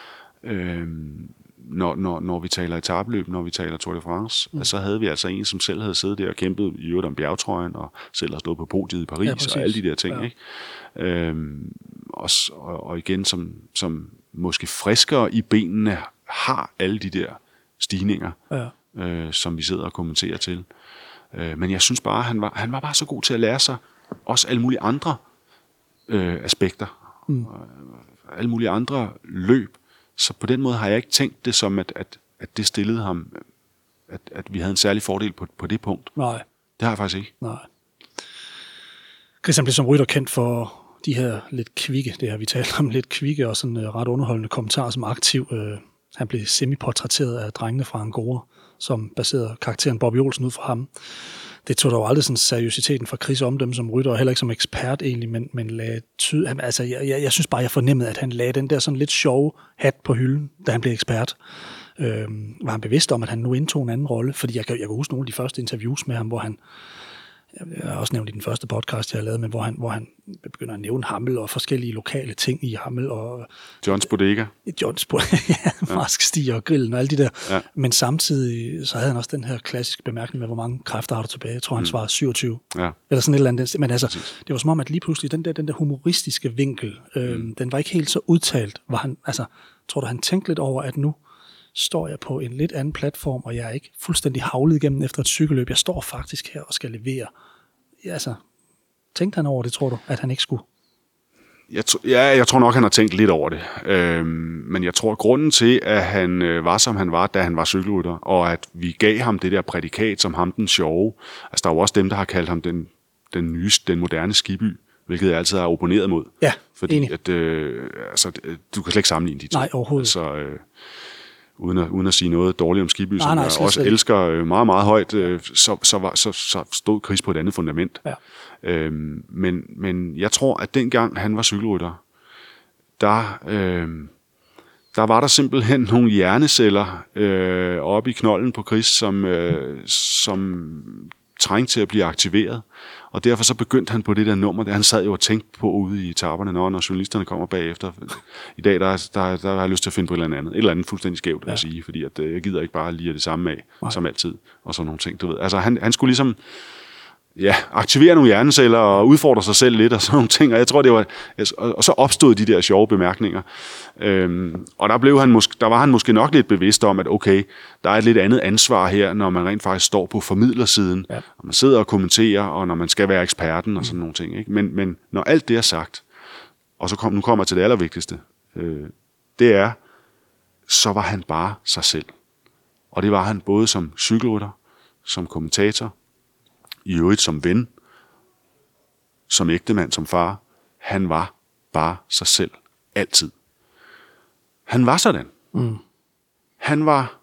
øh, når, når, når vi taler etapeløb, når vi taler Tour de France. Mm. Så havde vi altså en, som selv havde siddet der og kæmpet i øvrigt om bjergtrøjen, og selv har stået på podiet i Paris, ja, og alle de der ting. Ja. Ikke? Øh, og, og igen, som, som måske friskere i benene har alle de der stigninger, ja. øh, som vi sidder og kommenterer til. Øh, men jeg synes bare, han var, han var bare så god til at lære sig også alle mulige andre øh, aspekter. Mm. Øh, alle mulige andre løb. Så på den måde har jeg ikke tænkt det som, at, at, at det stillede ham, at, at vi havde en særlig fordel på, på det punkt. Nej. Det har jeg faktisk ikke. Nej. Christian blev som rytter kendt for de her lidt kvikke, det har vi talt om, lidt kvikke og sådan uh, ret underholdende kommentarer som aktiv. Uh, han blev semi-portrætteret af drengene fra Angora, som baserede karakteren Bobby Olsen ud fra ham. Det tog dog aldrig sådan seriøsiteten fra Chris om dem som rytter, og heller ikke som ekspert egentlig, men, men lagde tyd... Altså, jeg, jeg, jeg synes bare, jeg fornemmede, at han lagde den der sådan lidt sjove hat på hylden, da han blev ekspert. Øhm, var han bevidst om, at han nu indtog en anden rolle? Fordi jeg kan, jeg kan huske nogle af de første interviews med ham, hvor han... Jeg har også nævnt i den første podcast, jeg har lavet, men hvor han, hvor han begynder at nævne Hammel og forskellige lokale ting i Hammel. Og Johns Bodega. Johns Bodega, ja, Marskstiger og grillen og alle de der. Ja. Men samtidig så havde han også den her klassiske bemærkning med, hvor mange kræfter har du tilbage. Jeg tror, han mm. svarede syvogtyve. Ja. Eller sådan et eller andet. Men altså, det var som om, at lige pludselig den der, den der humoristiske vinkel, øh, mm. den var ikke helt så udtalt. Var han, altså, tror du, han tænkte lidt over, at nu står jeg på en lidt anden platform, og jeg er ikke fuldstændig havlet igennem efter et cykelløb. Jeg står faktisk her og skal levere. Ja, altså, tænkte han over det, tror du, at han ikke skulle? Jeg, t- ja, jeg tror nok, han har tænkt lidt over det. Øhm, men jeg tror, at grunden til, at han øh, var, som han var, da han var cykelrytter, og at vi gav ham det der prædikat som ham den sjove. Altså, der er jo også dem, der har kaldt ham den, den nye, den moderne Skiby, hvilket jeg altid har opponeret mod. Ja, fordi enig. At, øh, altså, du kan slet ikke sammenligne de to. Nej, overhovedet. Altså, øh, uden at, uden at sige noget dårligt om Skiby, som nej, nej, jeg slet, også slet. elsker meget, meget højt, øh, så, så, var, så, så stod Chris på et andet fundament. Ja. Øhm, men, men jeg tror, at dengang han var cykelrytter, der, øh, der var der simpelthen nogle hjerneceller øh, oppe i knolden på Chris, som, øh, som trængte til at blive aktiveret. Og derfor så begyndte han på det der nummer, der han sad jo og tænkte på ude i etaperne, når, når journalisterne kommer bagefter. I dag, der, der, der har jeg lyst til at finde på et eller andet. Et eller andet fuldstændig skævt, vil jeg sige, fordi at, øh, jeg gider ikke bare lige det samme af, Nej. som altid, og sådan nogle ting, du ved. Altså, han, han skulle ligesom... ja, aktivere nogle hjerneceller og udfordre sig selv lidt og sådan nogle ting. Og jeg tror, det var, og så opstod de der sjove bemærkninger. Øhm, og der, blev han måske, der var han måske nok lidt bevidst om, at okay, der er et lidt andet ansvar her, når man rent faktisk står på formidlersiden, ja. Og man sidder og kommenterer, og når man skal være eksperten og sådan mm. nogle ting. Ikke? Men, men når alt det er sagt, og så kom, nu kommer jeg til det allervigtigste, øh, det er, så var han bare sig selv. Og det var han både som cykelrytter, som kommentator, i øvrigt som ven, som ægtemand, som far. Han var bare sig selv. Altid. Han var sådan. Mm. Han var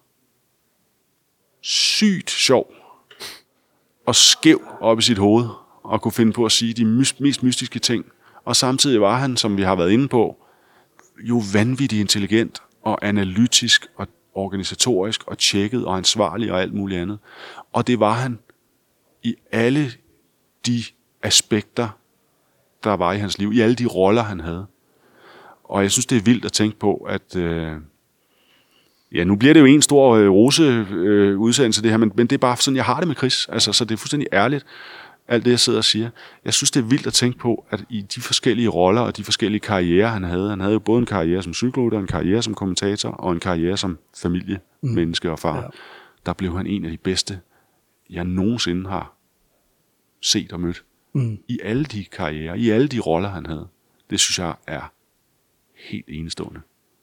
sygt sjov og skæv op i sit hoved, og kunne finde på at sige de mest mystiske ting. Og samtidig var han, som vi har været inde på, jo vanvittigt intelligent og analytisk og organisatorisk og tjekket og ansvarlig og alt muligt andet. Og det var han i alle de aspekter, der var i hans liv, i alle de roller, han havde. Og jeg synes, det er vildt at tænke på, at øh, ja, nu bliver det jo en stor øh, rose-udsendelse, øh, det her, men, men det er bare sådan, jeg har det med Chris. Altså, så det er fuldstændig ærligt, alt det, jeg sidder og siger. Jeg synes, det er vildt at tænke på, at i de forskellige roller og de forskellige karrierer, han havde, han havde jo både en karriere som cykelrytter, en karriere som kommentator og en karriere som familiemenneske og far. Ja. Der blev han en af de bedste, jeg nogensinde har set og mødt. Mm. I alle de karrierer, i alle de roller, han havde. Det synes jeg er helt enestående.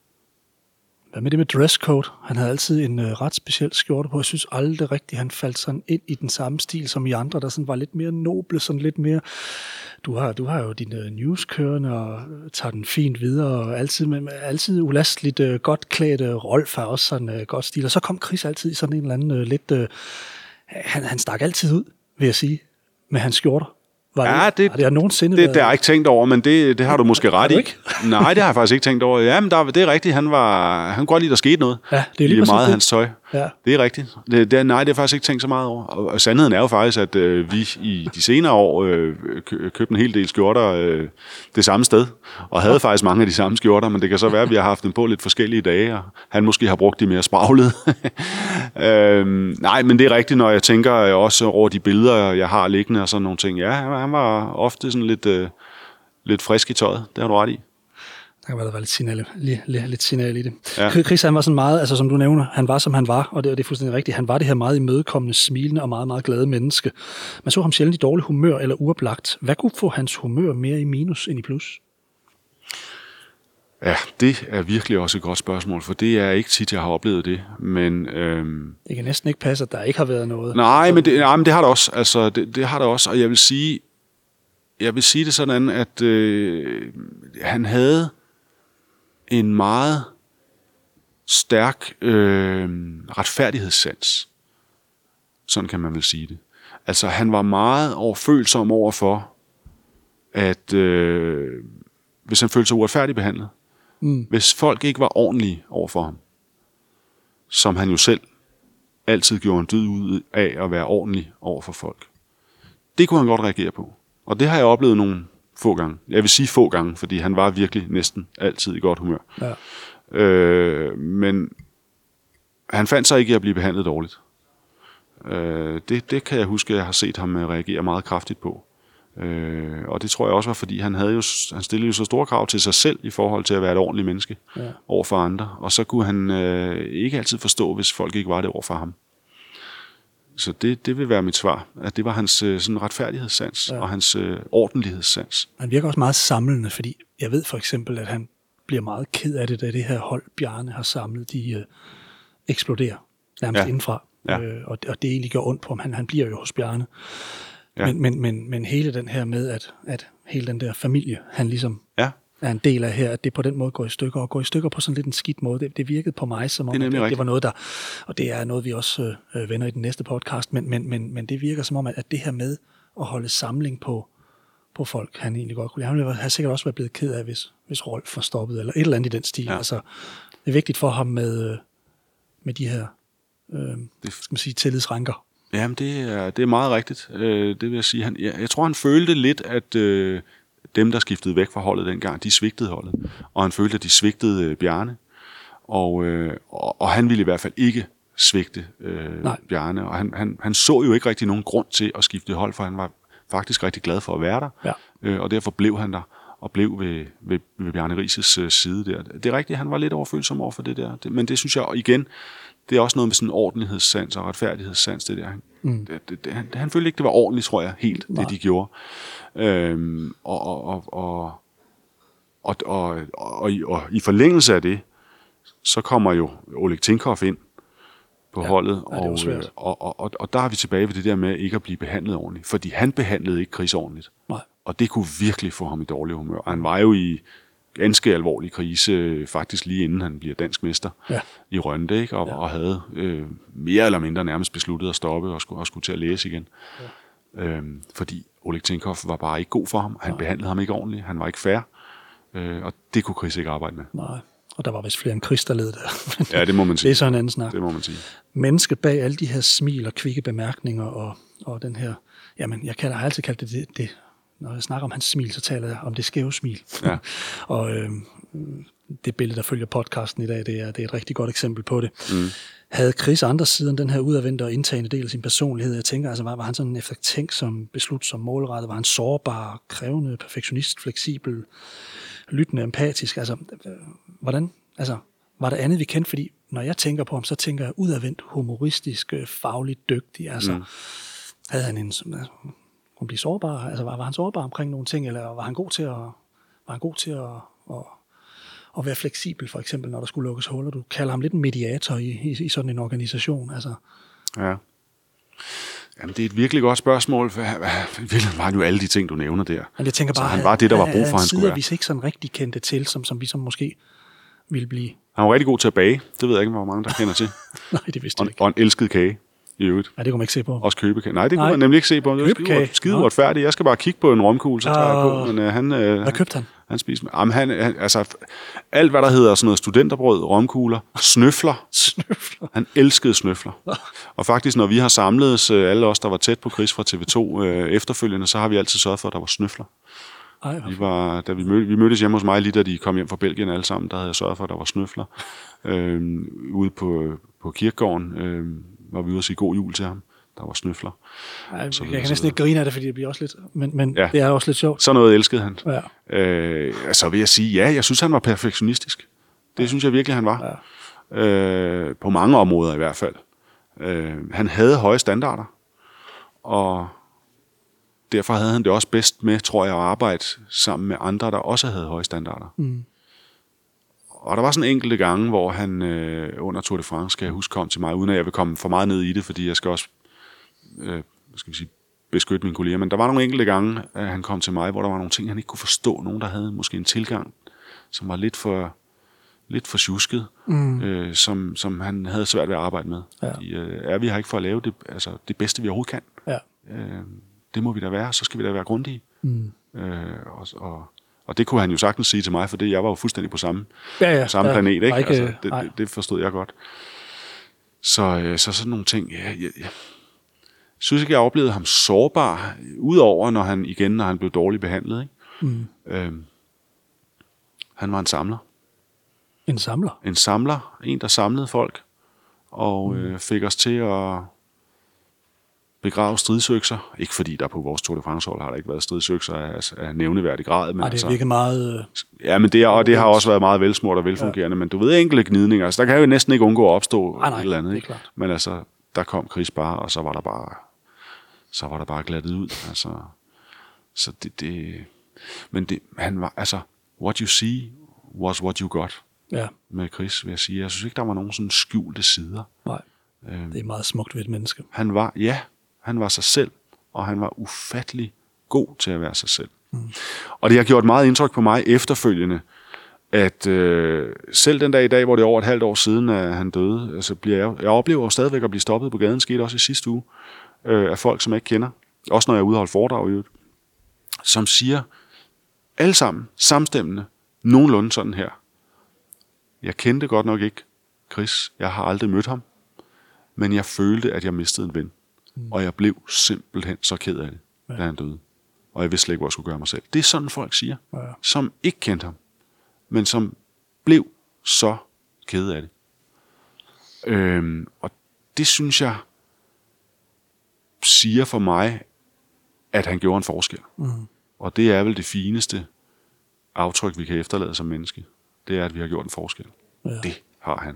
Hvad med det med dresscode? Han havde altid en øh, ret speciel skjorte på. Jeg synes aldrig rigtigt, han faldt sådan ind i den samme stil som i andre, der sådan var lidt mere noble, sådan lidt mere... Du har, du har jo dine news kørende og tager den fint videre, og altid, med, altid ulasteligt øh, godt klædt. Rolf har også sådan øh, godt stil. Og så kom Chris altid i sådan en eller anden øh, lidt... Øh, han, han stak altid ud, vil jeg sige, med hans skjorter. Var det, ja, det, har det, nogensinde det, det har jeg ikke tænkt over, men det, det har du måske ret i. Nej, det har jeg faktisk ikke tænkt over. Ja, men der, det er rigtigt. Han var, han kunne godt lide, der skete noget. Ja, det er lige meget det. Hans tøj. Ja. Det er rigtigt. Det, det, nej, det har jeg faktisk ikke tænkt så meget over. Og, og sandheden er jo faktisk, at øh, vi i de senere år øh, købte en hel del skjorter øh, det samme sted, og havde faktisk mange af de samme skjorter, men det kan så være, at vi har haft dem på lidt forskellige dage, og han måske har brugt de mere spraglede. øhm, nej, men det er rigtigt, når jeg tænker også over de billeder, jeg har liggende og sådan nogle ting. Ja, han var ofte sådan lidt, øh, lidt frisk i tøjet. Det har du ret i. Der kan være lidt signal, lidt, lidt signal i det. Ja. Chris, han var sådan meget, altså som du nævner, han var som han var, og det, og det er fuldstændig rigtigt. Han var det her meget imødekommende, smilende og meget, meget glade menneske. Man så ham sjældent i dårlig humør eller uoplagt. Hvad kunne få hans humør mere i minus end i plus? Ja, det er virkelig også et godt spørgsmål, for det er ikke tit, jeg har oplevet det. Men, øhm... det kan næsten ikke passe, at der ikke har været noget. Nej, men det, nej, men det har der også. Altså, det, det har der også, og jeg vil sige, jeg vil sige det sådan, at øh, han havde en meget stærk øh, retfærdighedssans. Sådan kan man vel sige det. Altså, han var meget overfølsom over for, at øh, hvis han følte sig uretfærdigt behandlet, mm. hvis folk ikke var ordentlige over for ham, som han jo selv altid gjorde en dyd ud af at være ordentlig over for folk, det kunne han godt reagere på. Og det har jeg oplevet nogle få gange. Jeg vil sige få gange, fordi han var virkelig næsten altid i godt humør. Ja. Øh, men han fandt sig ikke i at blive behandlet dårligt. Øh, det, det kan jeg huske, at jeg har set ham reagere meget kraftigt på. Øh, og det tror jeg også var, fordi han, havde jo, han stillede jo så store krav til sig selv i forhold til at være et ordentligt menneske ja. Over for andre. Og så kunne han øh, ikke altid forstå, hvis folk ikke var det over for ham. Så det, det vil være mit svar, at det var hans øh, sådan retfærdighedssans ja. Og hans øh, ordentlighedssans. Han virker også meget samlende, fordi jeg ved for eksempel, at han bliver meget ked af det, da det her hold, Bjarne har samlet, de øh, eksploderer nærmest ja. Indenfra. Ja. Øh, og, og det egentlig gør ondt på ham. Han, han bliver jo hos Bjarne. Ja. Men, men, men, men hele den her med, at, at hele den der familie, han ligesom ja. Er en del af her, at det på den måde går i stykker, og går i stykker på sådan lidt en skidt måde. Det, det virkede på mig, som om det, det, det var noget, der, og det er noget, vi også øh, vender i den næste podcast, men, men, men, men det virker som om, at, at det her med at holde samling på, på folk, han egentlig godt kunne lide. Han ville have sikkert også været blevet ked af, hvis, hvis Rolf var stoppet, eller et eller andet i den stil. Ja. Altså, det er vigtigt for ham med, med de her øh, det, skal man sige, tillidsranker. Jamen, det er, det er meget rigtigt. Øh, det vil jeg sige. Han, jeg, jeg tror, han følte lidt, at øh, dem, der skiftede væk fra holdet dengang, de svigtede holdet. Og han følte, at de svigtede øh, Bjarne. Og, øh, og, og han ville i hvert fald ikke svigte øh, Bjarne, og han, han, han så jo ikke rigtig nogen grund til at skifte hold, for han var faktisk rigtig glad for at være der, ja. øh, og derfor blev han der, og blev ved, ved, ved Bjarne Riises øh, side der. Det er rigtigt, han var lidt overfølsom over for det der, det, men det synes jeg, igen, det er også noget med sådan en ordentlighedssans og retfærdighedssans, det der. Mm. Det, det, det, han, han følte ikke, det var ordentligt, tror jeg, helt, Nej. det de gjorde. Øhm, og, og, og, og, og, og, og, og, og i forlængelse af det, så kommer jo Oleg Tinkoff ind på ja, holdet, ja, og, og, og, og, og der er vi tilbage ved det der med ikke at blive behandlet ordentligt, fordi han behandlede ikke Chris ordentligt. Nej. Og det kunne virkelig få ham i dårlig humør. Og han var jo i ganske alvorlig krise, faktisk lige inden han bliver dansk mester ja. i Rønde, ikke? Og, ja. og havde øh, mere eller mindre nærmest besluttet at stoppe og skulle, og skulle til at læse igen. Ja. Øhm, fordi Oleg Tinkoff var bare ikke god for ham. Han Nej. behandlede ham ikke ordentligt. Han var ikke fair. Øh, og det kunne Chris ikke arbejde med. Nej. Og der var vist flere end Chris, der led der. Ja, det må man sige. Det er så en anden snak. Det må man sige. Mennesket bag alle de her smil og kvikke bemærkninger og, og den her, jamen jeg, kalder, jeg har altid kaldt det, det, det, når jeg snakker om hans smil, så taler jeg om det skæve smil. Ja. og øh, det billede, der følger podcasten i dag, det er, det er et rigtig godt eksempel på det. Mm. Havde Chris andre siden den her udadvendte og indtagende del af sin personlighed? Jeg tænker, altså var, var han sådan eftertænksom, beslutsom, målrettet? Var han sårbar, krævende, perfektionist, fleksibel, lyttende, empatisk? Altså, hvordan, altså, var der andet, vi kendte? Fordi når jeg tænker på ham, så tænker jeg udadvendt, humoristisk, fagligt dygtig. Altså, mm. havde han en, altså, kunne blive sårbar? Altså, var, var han sårbar omkring nogle ting, eller var han god til at, var han god til at, at, at være fleksibel, for eksempel, når der skulle lukkes huller? Du kalder ham lidt en mediator i, i, i sådan en organisation. Altså. Ja. Jamen, det er et virkelig godt spørgsmål, for virkelig var det jo alle de ting, du nævner der. Men jeg tænker bare, så han var det, der var brug for, han skulle være. Vi ikke sådan rigtig kendte til, som, som vi som måske ville blive. Han var rigtig god til at bage. Det ved jeg ikke, hvor mange der kender til. Nej, det vidste jeg ikke. Og en elsket kage i øvrigt. Ja, det kunne man ikke se på. Også købekage. Nej, det kunne Nej. man nemlig ikke se på. Det var skide uretfærdigt. Jeg skal bare kigge på en romkugle, så tager jeg på. Men, uh, han, uh, hvad købte han? Han spiser med. Jamen, han, han, altså, alt, hvad der hedder sådan noget studenterbrød, romkugler, snøfler. snøfler. Han elskede snøfler. Og faktisk, når vi har samlet alle os, der var tæt på Chris fra T V to øh, efterfølgende, så har vi altid sørget for, at der var snøfler. Ej, vi var, da vi, mød, vi mødtes hjemme hos mig, lige da de kom hjem fra Belgien alle sammen, der havde jeg sørget for, at der var snøfler. Øh, ude på, på kirkegården øh, var vi ude at sige god jul til ham. Der var snøfler. Ej, jeg kan næsten ikke grine af det, fordi det bliver også lidt, men, men ja. det er også lidt sjovt. Så noget elskede han. Ja. Øh, så vil jeg sige, ja, jeg synes, han var perfektionistisk. Det ja. synes jeg virkelig, han var. Ja. Øh, på mange områder i hvert fald. Øh, han havde høje standarder, og derfor havde han det også bedst med, tror jeg, at arbejde sammen med andre, der også havde høje standarder. Mm. Og der var sådan enkelte gange, hvor han øh, under Tour de France, skal jeg huske, kom til mig, uden at jeg vil komme for meget ned i det, fordi jeg skal også øh, skal vi sige, beskytte mine kolleger. Men der var nogle enkelte gange, at han kom til mig, hvor der var nogle ting, han ikke kunne forstå. Nogen, der havde måske en tilgang, som var lidt for, lidt for tjusket, mm. øh, som, som han havde svært ved at arbejde med. Ja. Fordi, øh, er vi her ikke for at lave det, altså, det bedste, vi overhovedet kan? Ja. Øh, det må vi da være, så skal vi da være grundige. Mm. Øh, og, og, og det kunne han jo sagtens sige til mig, for det, jeg var jo fuldstændig på samme, ja, ja, samme ja, planet. Ikke? Ikke, altså, det, det, det forstod jeg godt. Så, øh, så sådan nogle ting, ja, ja, ja. Jeg synes ikke, jeg oplevede ham sårbar, udover når han igen, når han blev dårligt behandlet. Ikke? Mm. Øhm, han var en samler. En samler? En samler. En, der samlede folk, og mm. øh, fik os til at begrave stridsøkser. Ikke fordi der på vores Tour de France-hold har der ikke været stridsøkser af, af nævneværdig grad. Men Ej, det er altså, virkelig meget... Ja, men det, er, og det har også været meget velsmurt og velfungerende. Ja. Men du ved, enkelte gnidninger. Altså, der kan jo næsten ikke undgå at opstå Ej, nej, et eller andet. Ikke? Men altså, der kom Chris bare, og så var der bare... så var der bare glattet ud, altså, så det, det, men det, han var, altså, what you see was what you got, ja. Med Chris, vil jeg sige. Jeg synes ikke, der var nogen sådan skjulte sider. Nej, øhm, det er meget smukt ved et menneske. Han var, ja, han var sig selv, og han var ufattelig god til at være sig selv. Mm. Og det har gjort meget indtryk på mig efterfølgende, at øh, selv den dag i dag, hvor det er over et halvt år siden, at han døde, altså bliver jeg, jeg oplever jo stadigvæk at blive stoppet på gaden, skete også i sidste uge, af folk, som jeg ikke kender, også når jeg er ude og holde foredrag i øvrigt, som siger, alle sammen, samstemmende, nogenlunde sådan her. Jeg kendte godt nok ikke Chris, jeg har aldrig mødt ham, men jeg følte, at jeg mistede en ven, mm. og jeg blev simpelthen så ked af det, ja. Da han døde. Og jeg vidste slet ikke, hvor jeg skulle gøre mig selv. Det er sådan, folk siger, ja. Som ikke kendte ham, men som blev så ked af det. Øhm, og det synes jeg siger for mig, at han gjorde en forskel. Mm. Og det er vel det fineste aftryk, vi kan efterlade som menneske. Det er, at vi har gjort en forskel. Ja. Det har han.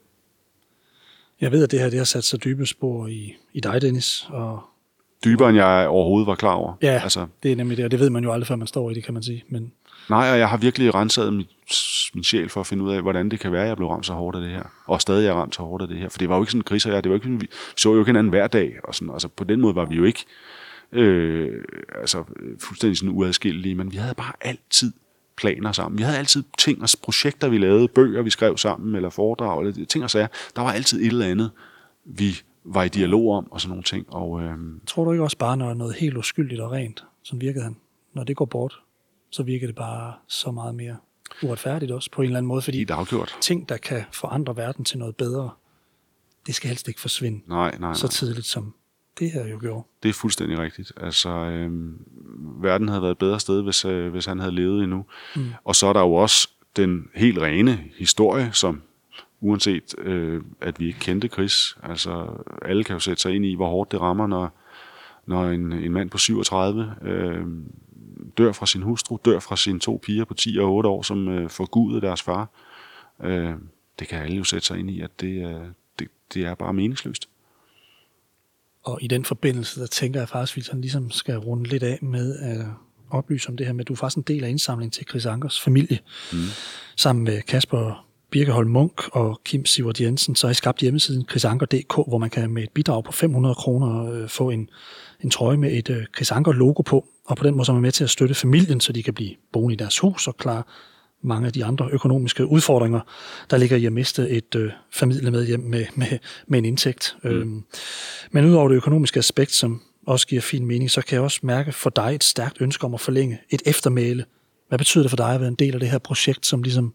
Jeg ved, at det her det har sat sig dybe spor i, i dig, Dennis. Og dybere, end jeg overhovedet var klar over. Ja, altså, det er nemlig det, og det ved man jo aldrig, før man står i det, kan man sige. Men nej, og jeg har virkelig renset min, min sjæl for at finde ud af, hvordan det kan være, at jeg blev ramt så hårdt af det her. Og stadig er ramt så hårdt af det her. For det var jo ikke sådan en krise, det var ikke, vi så jo ikke hinanden hver dag. Og sådan, altså, på den måde var vi jo ikke øh, altså, fuldstændig sådan uadskillelige, men vi havde bare altid planer sammen. Vi havde altid ting og projekter, vi lavede, bøger, vi skrev sammen, eller foredrag, eller ting og sager. Der var altid et eller andet, vi var i dialog om, og sådan nogle ting. Og, øh, tror du ikke også bare, når noget helt uskyldigt og rent, sådan virkede han, når det går bort, så virker det bare så meget mere uretfærdigt også, på en eller anden måde, fordi ting, der kan forandre verden til noget bedre, det skal helst ikke forsvinde nej, nej, nej. så tidligt, som det her jo gjorde. Det er fuldstændig rigtigt. Altså, øh, verden havde været et bedre sted, hvis, øh, hvis han havde levet endnu. Mm. Og så er der jo også den helt rene historie, som uanset øh, at vi ikke kendte Chris, altså alle kan jo sætte sig ind i, hvor hårdt det rammer, når, når en, en mand på syvogtredive øh, dør fra sin hustru, dør fra sine to piger på ti og otte år, som øh, forgudede deres far. Øh, det kan alle jo sætte sig ind i, at det, øh, det, det er bare meningsløst. Og i den forbindelse, der tænker jeg faktisk, at vi sådan ligesom skal runde lidt af med at oplyse om det her med, at du er faktisk en del af indsamlingen til Chris Ankers familie, mm. sammen med Kasper Birkeholm Munk og Kim Sivert Jensen, så har I skabt hjemmesiden chris anker punktum d k, hvor man kan med et bidrag på fem hundrede kroner øh, få en, en trøje med et øh, Chris Anker logo på, og på den måde så er man med til at støtte familien, så de kan blive boende i deres hus og klare mange af de andre økonomiske udfordringer, der ligger i at miste et øh, familiemedhjem med, med, med en indtægt. Mm. Øhm, men udover det økonomiske aspekt, som også giver fin mening, så kan jeg også mærke for dig et stærkt ønske om at forlænge et eftermæle. Hvad betyder det for dig at være en del af det her projekt, som ligesom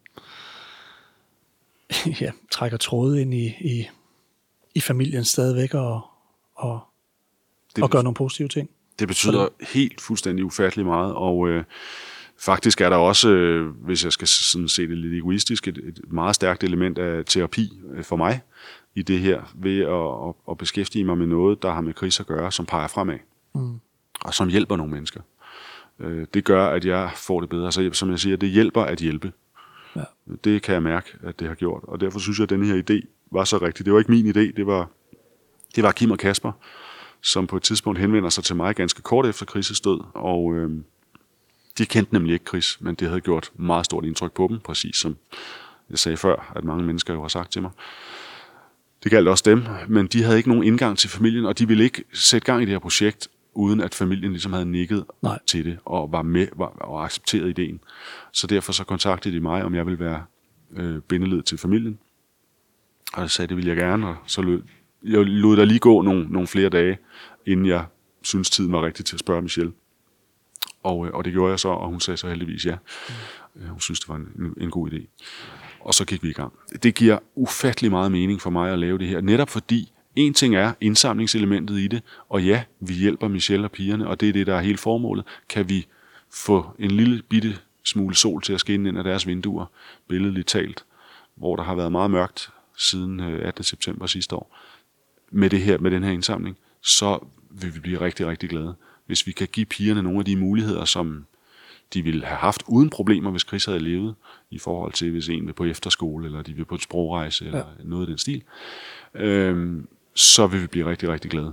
ja, trækker tråde ind i, i, i familien stadigvæk og, og, det, og gør nogle positive ting? Det betyder det helt fuldstændig ufatteligt meget, og øh, faktisk er der også, øh, hvis jeg skal sådan se det lidt egoistisk, et, et meget stærkt element af terapi øh, for mig i det her, ved at, at, at beskæftige mig med noget, der har med Chris at gøre, som peger fremad, mm. og som hjælper nogle mennesker. Øh, det gør, at jeg får det bedre. Så som jeg siger, det hjælper at hjælpe. Ja. Det kan jeg mærke, at det har gjort, og derfor synes jeg, at denne her idé var så rigtig. Det var ikke min idé, det var, det var Kim og Kasper, som på et tidspunkt henvender sig til mig ganske kort efter Chris' død, og øh, de kendte nemlig ikke Chris, men det havde gjort meget stort indtryk på dem, præcis som jeg sagde før, at mange mennesker jo har sagt til mig. Det galt også dem, men de havde ikke nogen indgang til familien, og de ville ikke sætte gang i det her projekt, uden at familien ligesom havde nikket Nej. til det, og var med var, og accepteret ideen. Så derfor så kontaktede de mig, om jeg ville være øh, bindeled til familien. Og jeg sagde, det ville jeg gerne, og så lød, jeg lod der lige gå nogle, nogle flere dage, inden jeg syntes tiden var rigtig til at spørge Michelle. Og, og det gjorde jeg så, og hun sagde så heldigvis ja. Mm. Hun synes, det var en, en god idé. Og så gik vi i gang. Det giver ufattelig meget mening for mig at lave det her, netop fordi en ting er indsamlingselementet i det, og ja, vi hjælper Michelle og pigerne, og det er det, der er hele formålet. Kan vi få en lille bitte smule sol til at skinne ind af deres vinduer, billedligt talt, hvor der har været meget mørkt siden attende september sidste år, med, det her, med den her indsamling, så vil vi blive rigtig, rigtig glade. Hvis vi kan give pigerne nogle af de muligheder, som de ville have haft uden problemer, hvis Chris havde levet, i forhold til, hvis en vil på efterskole, eller de vil på et sprogrejse, eller ja. noget af den stil, øhm, så vil vi blive rigtig, rigtig glade.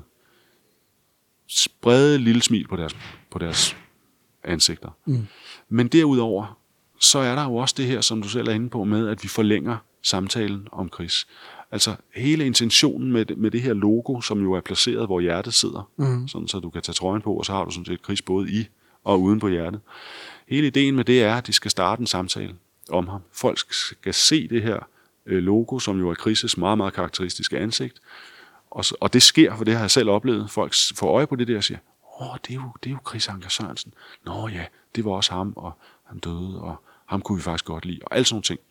Sprede et lille smil på deres, på deres ansigter. Mm. Men derudover, så er der jo også det her, som du selv er inde på, med, at vi forlænger samtalen om Chris. Altså hele intentionen med det, med det her logo, som jo er placeret, hvor hjertet sidder, mm. sådan så du kan tage trøjen på, og så har du sådan set Chris både i og uden på hjertet. Hele ideen med det er, at de skal starte en samtale om ham. Folk skal se det her logo, som jo er Chris' meget, meget karakteristiske ansigt. Og, og det sker, for det har jeg selv oplevet. Folk får øje på det der og siger, åh, det er jo, det er jo Chris Anker Sørensen. Nå ja, det var også ham, og han døde, og ham kunne vi faktisk godt lide, og alle sådan nogle ting.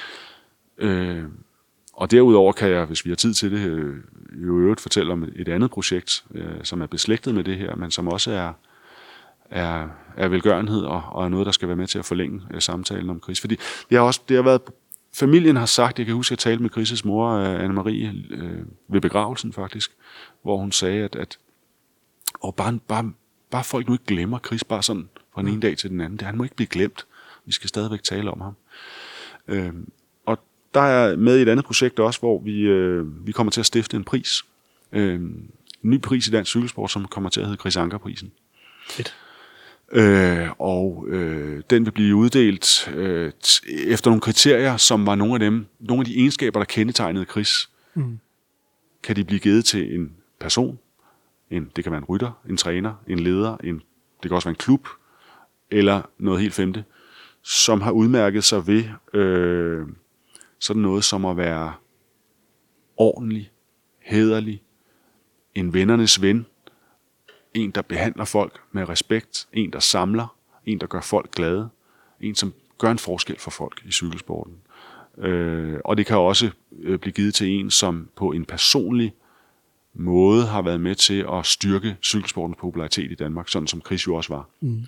Øh, og derudover kan jeg, hvis vi har tid til det, øh, jo i øvrigt fortælle om et andet projekt, øh, som er beslægtet med det her, men som også er, er, er velgørenhed, og, og er noget, der skal være med til at forlænge øh, samtalen om Chris. Fordi det har også det har været familien har sagt, jeg kan huske, at jeg talte med Chris' mor, Anne-Marie, øh, ved begravelsen faktisk, hvor hun sagde, at, at og bare, bare, bare folk nu ikke glemmer Chris, bare sådan fra den ene dag til den anden. Det, han må ikke blive glemt. Vi skal stadigvæk tale om ham. Øh, og der er med i et andet projekt også, hvor vi, øh, vi kommer til at stifte en pris. Øh, en ny pris i dansk cykelsport, som kommer til at hedde Chris Anker-prisen. Fedt. Øh, og øh, den vil blive uddelt øh, t- efter nogle kriterier, som var nogle af dem, nogle af de egenskaber, der kendetegnede Chris. Mm. Kan de blive givet til en person, en, det kan være en rytter, en træner, en leder, en, det kan også være en klub, eller noget helt femte, som har udmærket sig ved øh, sådan noget som at være ordentlig, hæderlig, en vennernes ven, en, der behandler folk med respekt, en, der samler, en, der gør folk glade, en, som gør en forskel for folk i cykelsporten. Øh, og det kan også øh, blive givet til en, som på en personlig måde har været med til at styrke cykelsportens popularitet i Danmark, sådan som Chris jo også var. Mm.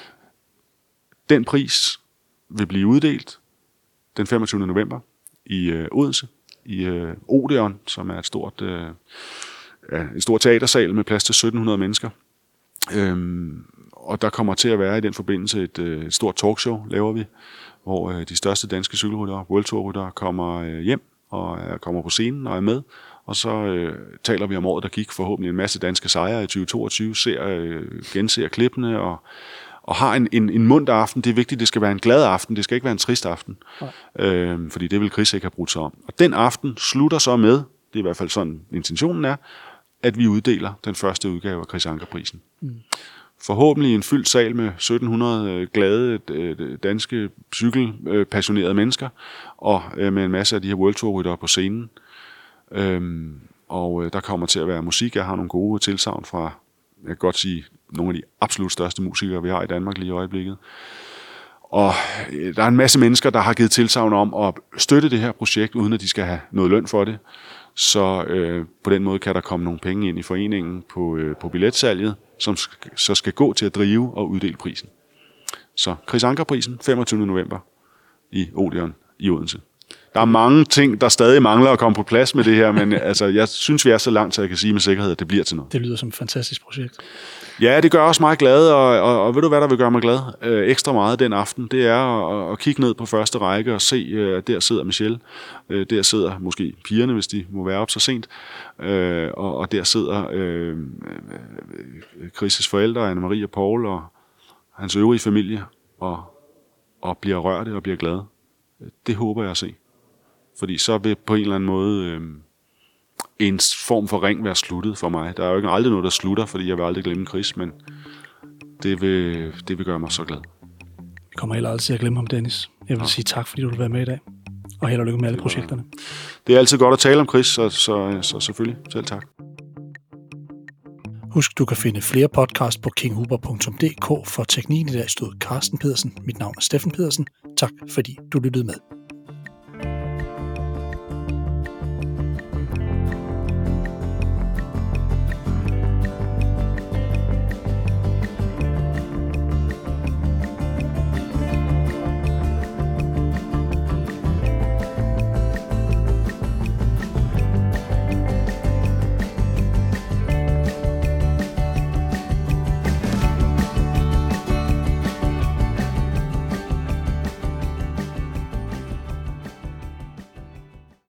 Den pris vil blive uddelt den femogtyvende november i øh, Odense, i øh, Odeon, som er et stort, øh, en stor teatersal med plads til sytten hundrede mennesker. Øhm, og der kommer til at være i den forbindelse et, øh, et stort talkshow, laver vi, hvor øh, de største danske cykelryttere, World Tour ryttere, kommer øh, hjem og øh, kommer på scenen og er med. Og så øh, taler vi om året, der gik, forhåbentlig en masse danske sejre i tyve toogtyve, ser, øh, genser klippene og, og har en, en, en munter aften. Det er vigtigt, det skal være en glad aften, det skal ikke være en trist aften, øh, fordi det vil Chris ikke have brudt sig om. Og den aften slutter så med, det er i hvert fald sådan intentionen er, at vi uddeler den første udgave af Chris Anker-prisen. Mm. Forhåbentlig en fyldt sal med sytten hundrede glade danske cykelpassionerede mennesker, og med en masse af de her World Tour-ryttere på scenen. Øhm, og der kommer til at være musik. Jeg har nogle gode tilsagn fra, jeg kan godt sige, nogle af de absolut største musikere, vi har i Danmark lige i øjeblikket. Og der er en masse mennesker, der har givet tilsagn om at støtte det her projekt, uden at de skal have noget løn for det. Så øh, på den måde kan der komme nogle penge ind i foreningen på, øh, på billetsalget, som sk- så skal gå til at drive og uddele prisen. Så Chris Anker-prisen, femogtyvende november i Odeon i Odense. Der er mange ting, der stadig mangler at komme på plads med det her, men altså, jeg synes, vi er så langt, så jeg kan sige med sikkerhed, at det bliver til noget. Det lyder som et fantastisk projekt. Ja, det gør også mig glad, og, og, og ved du hvad, der vil gøre mig glad øh, ekstra meget den aften? Det er at, at kigge ned på første række og se, øh, at der sidder Michelle, øh, der sidder måske pigerne, hvis de må være op så sent, øh, og, og der sidder øh, Chris' forældre, Anne-Marie og Paul, og hans øvrige familie, og, og bliver rørte og bliver glade. Det håber jeg at se. Fordi så vil på en eller anden måde øh, en form for ring være sluttet for mig. Der er jo ikke aldrig noget, der slutter, fordi jeg vil aldrig glemme Chris, men det vil, det vil gøre mig så glad. Vi kommer heller aldrig til at glemme ham, Dennis. Jeg vil ja. sige tak, fordi du vil være med i dag. Og held og lykke med alle projekterne. Det er altid godt at tale om Chris, så, så, så selvfølgelig selv tak. Husk, du kan finde flere podcast på king huber punktum d k. For teknikken i dag stod Carsten Pedersen. Mit navn er Steffen Pedersen. Tak fordi du lyttede med.